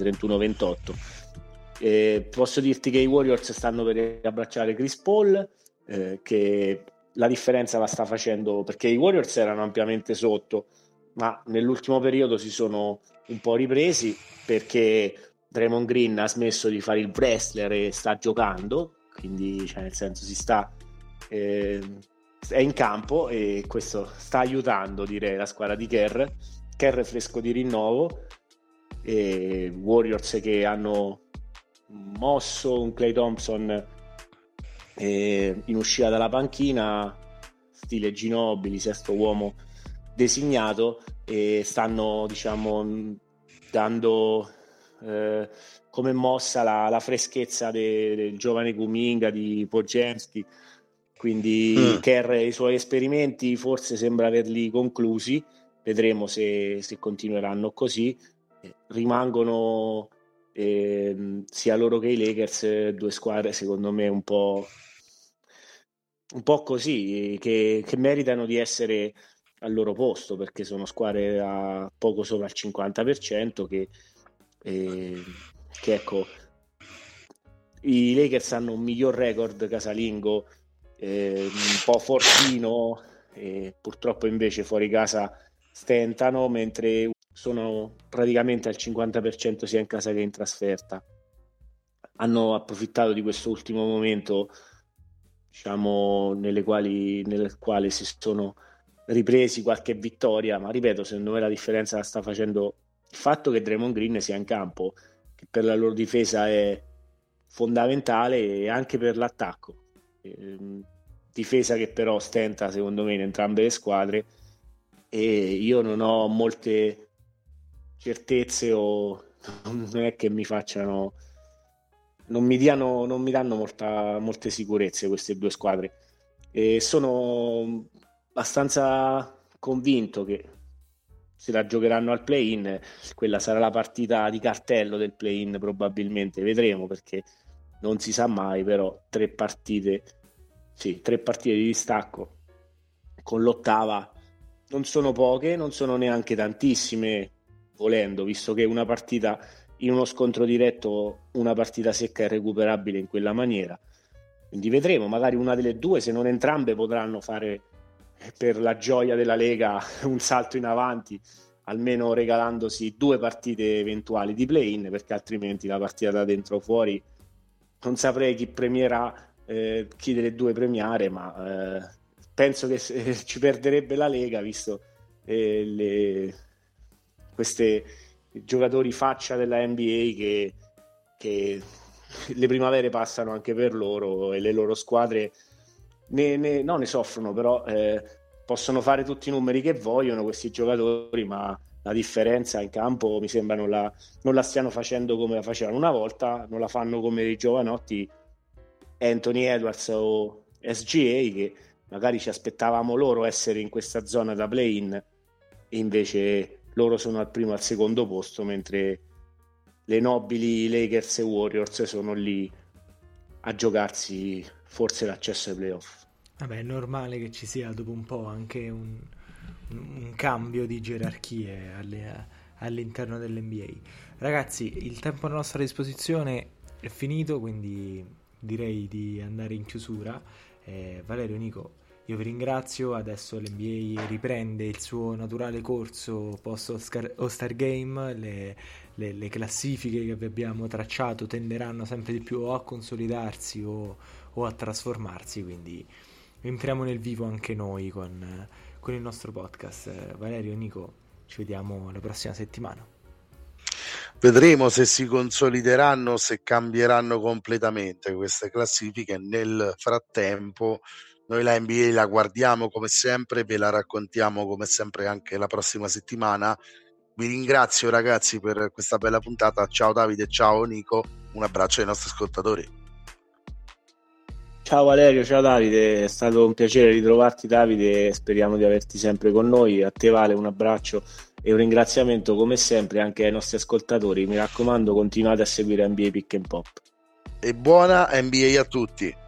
31-28. Posso dirti che i Warriors stanno per abbracciare Chris Paul, che la differenza la sta facendo, perché i Warriors erano ampiamente sotto, ma nell'ultimo periodo si sono un po' ripresi perché Draymond Green ha smesso di fare il wrestler e sta giocando, quindi cioè, nel senso è in campo, e questo sta aiutando, direi, la squadra di Kerr è fresco di rinnovo, e Warriors che hanno mosso un Klay Thompson in uscita dalla panchina, stile Ginobili, sesto uomo designato, e stanno, diciamo, dando come mossa la freschezza del giovane Kuminga, di Podziemski, quindi Kerr i suoi esperimenti forse sembra averli conclusi, vedremo se continueranno così. Rimangono sia loro che i Lakers due squadre secondo me un po' così, che meritano di essere al loro posto, perché sono squadre a poco sopra il 50%, che ecco, i Lakers hanno un miglior record casalingo, un po' fortino, purtroppo invece fuori casa stentano, mentre sono praticamente al 50% sia in casa che in trasferta. Hanno approfittato di questo ultimo momento, diciamo, nel quale si sono ripresi qualche vittoria, ma ripeto, secondo me la differenza la sta facendo il fatto che Draymond Green sia in campo, che per la loro difesa è fondamentale, e anche per l'attacco, difesa che però stenta secondo me in entrambe le squadre, e io non ho molte certezze, o non è che mi facciano, non mi danno molte sicurezze queste due squadre, e sono abbastanza convinto che se la giocheranno al play-in. Quella sarà la partita di cartello del play-in, probabilmente, vedremo, perché non si sa mai, però 3 partite di distacco con l'ottava non sono poche, non sono neanche tantissime, volendo, visto che una partita in uno scontro diretto, una partita secca è recuperabile in quella maniera. Quindi vedremo, magari una delle due, se non entrambe, potranno fare, per la gioia della Lega, un salto in avanti, almeno regalandosi 2 partite eventuali di play-in, perché altrimenti la partita da dentro o fuori non saprei chi premierà, chi delle due premiare, ma penso che ci perderebbe la Lega, visto questi giocatori faccia della NBA che le primavere passano anche per loro, e le loro squadre ne soffrono, però possono fare tutti i numeri che vogliono questi giocatori, ma la differenza in campo mi sembra non la stiano facendo come la facevano una volta, non la fanno come i giovanotti Anthony Edwards o SGA, che magari ci aspettavamo loro essere in questa zona da play-in, e invece loro sono al primo e al secondo posto, mentre le nobili Lakers e Warriors sono lì a giocarsi forse l'accesso ai playoff. Vabbè, è normale che ci sia dopo un po' anche un cambio di gerarchie all'interno dell'NBA. Ragazzi, il tempo a nostra disposizione è finito, quindi direi di andare in chiusura. Valerio, Nico, io vi ringrazio. Adesso l'NBA riprende il suo naturale corso post All-Star Game, le classifiche che vi abbiamo tracciato tenderanno sempre di più o a consolidarsi o a trasformarsi, quindi entriamo nel vivo anche noi con il nostro podcast. Valerio, Nico, ci vediamo la prossima settimana. Vedremo se si consolideranno, se cambieranno completamente queste classifiche. Nel frattempo noi la NBA la guardiamo come sempre, ve la raccontiamo come sempre anche la prossima settimana. Vi ringrazio ragazzi per questa bella puntata. Ciao Davide, ciao Nico, un abbraccio ai nostri ascoltatori. Ciao Valerio, ciao Davide, è stato un piacere ritrovarti Davide, speriamo di averti sempre con noi. A te Vale un abbraccio e un ringraziamento come sempre anche ai nostri ascoltatori. Mi raccomando, continuate a seguire NBA Pick and Pop. E buona NBA a tutti.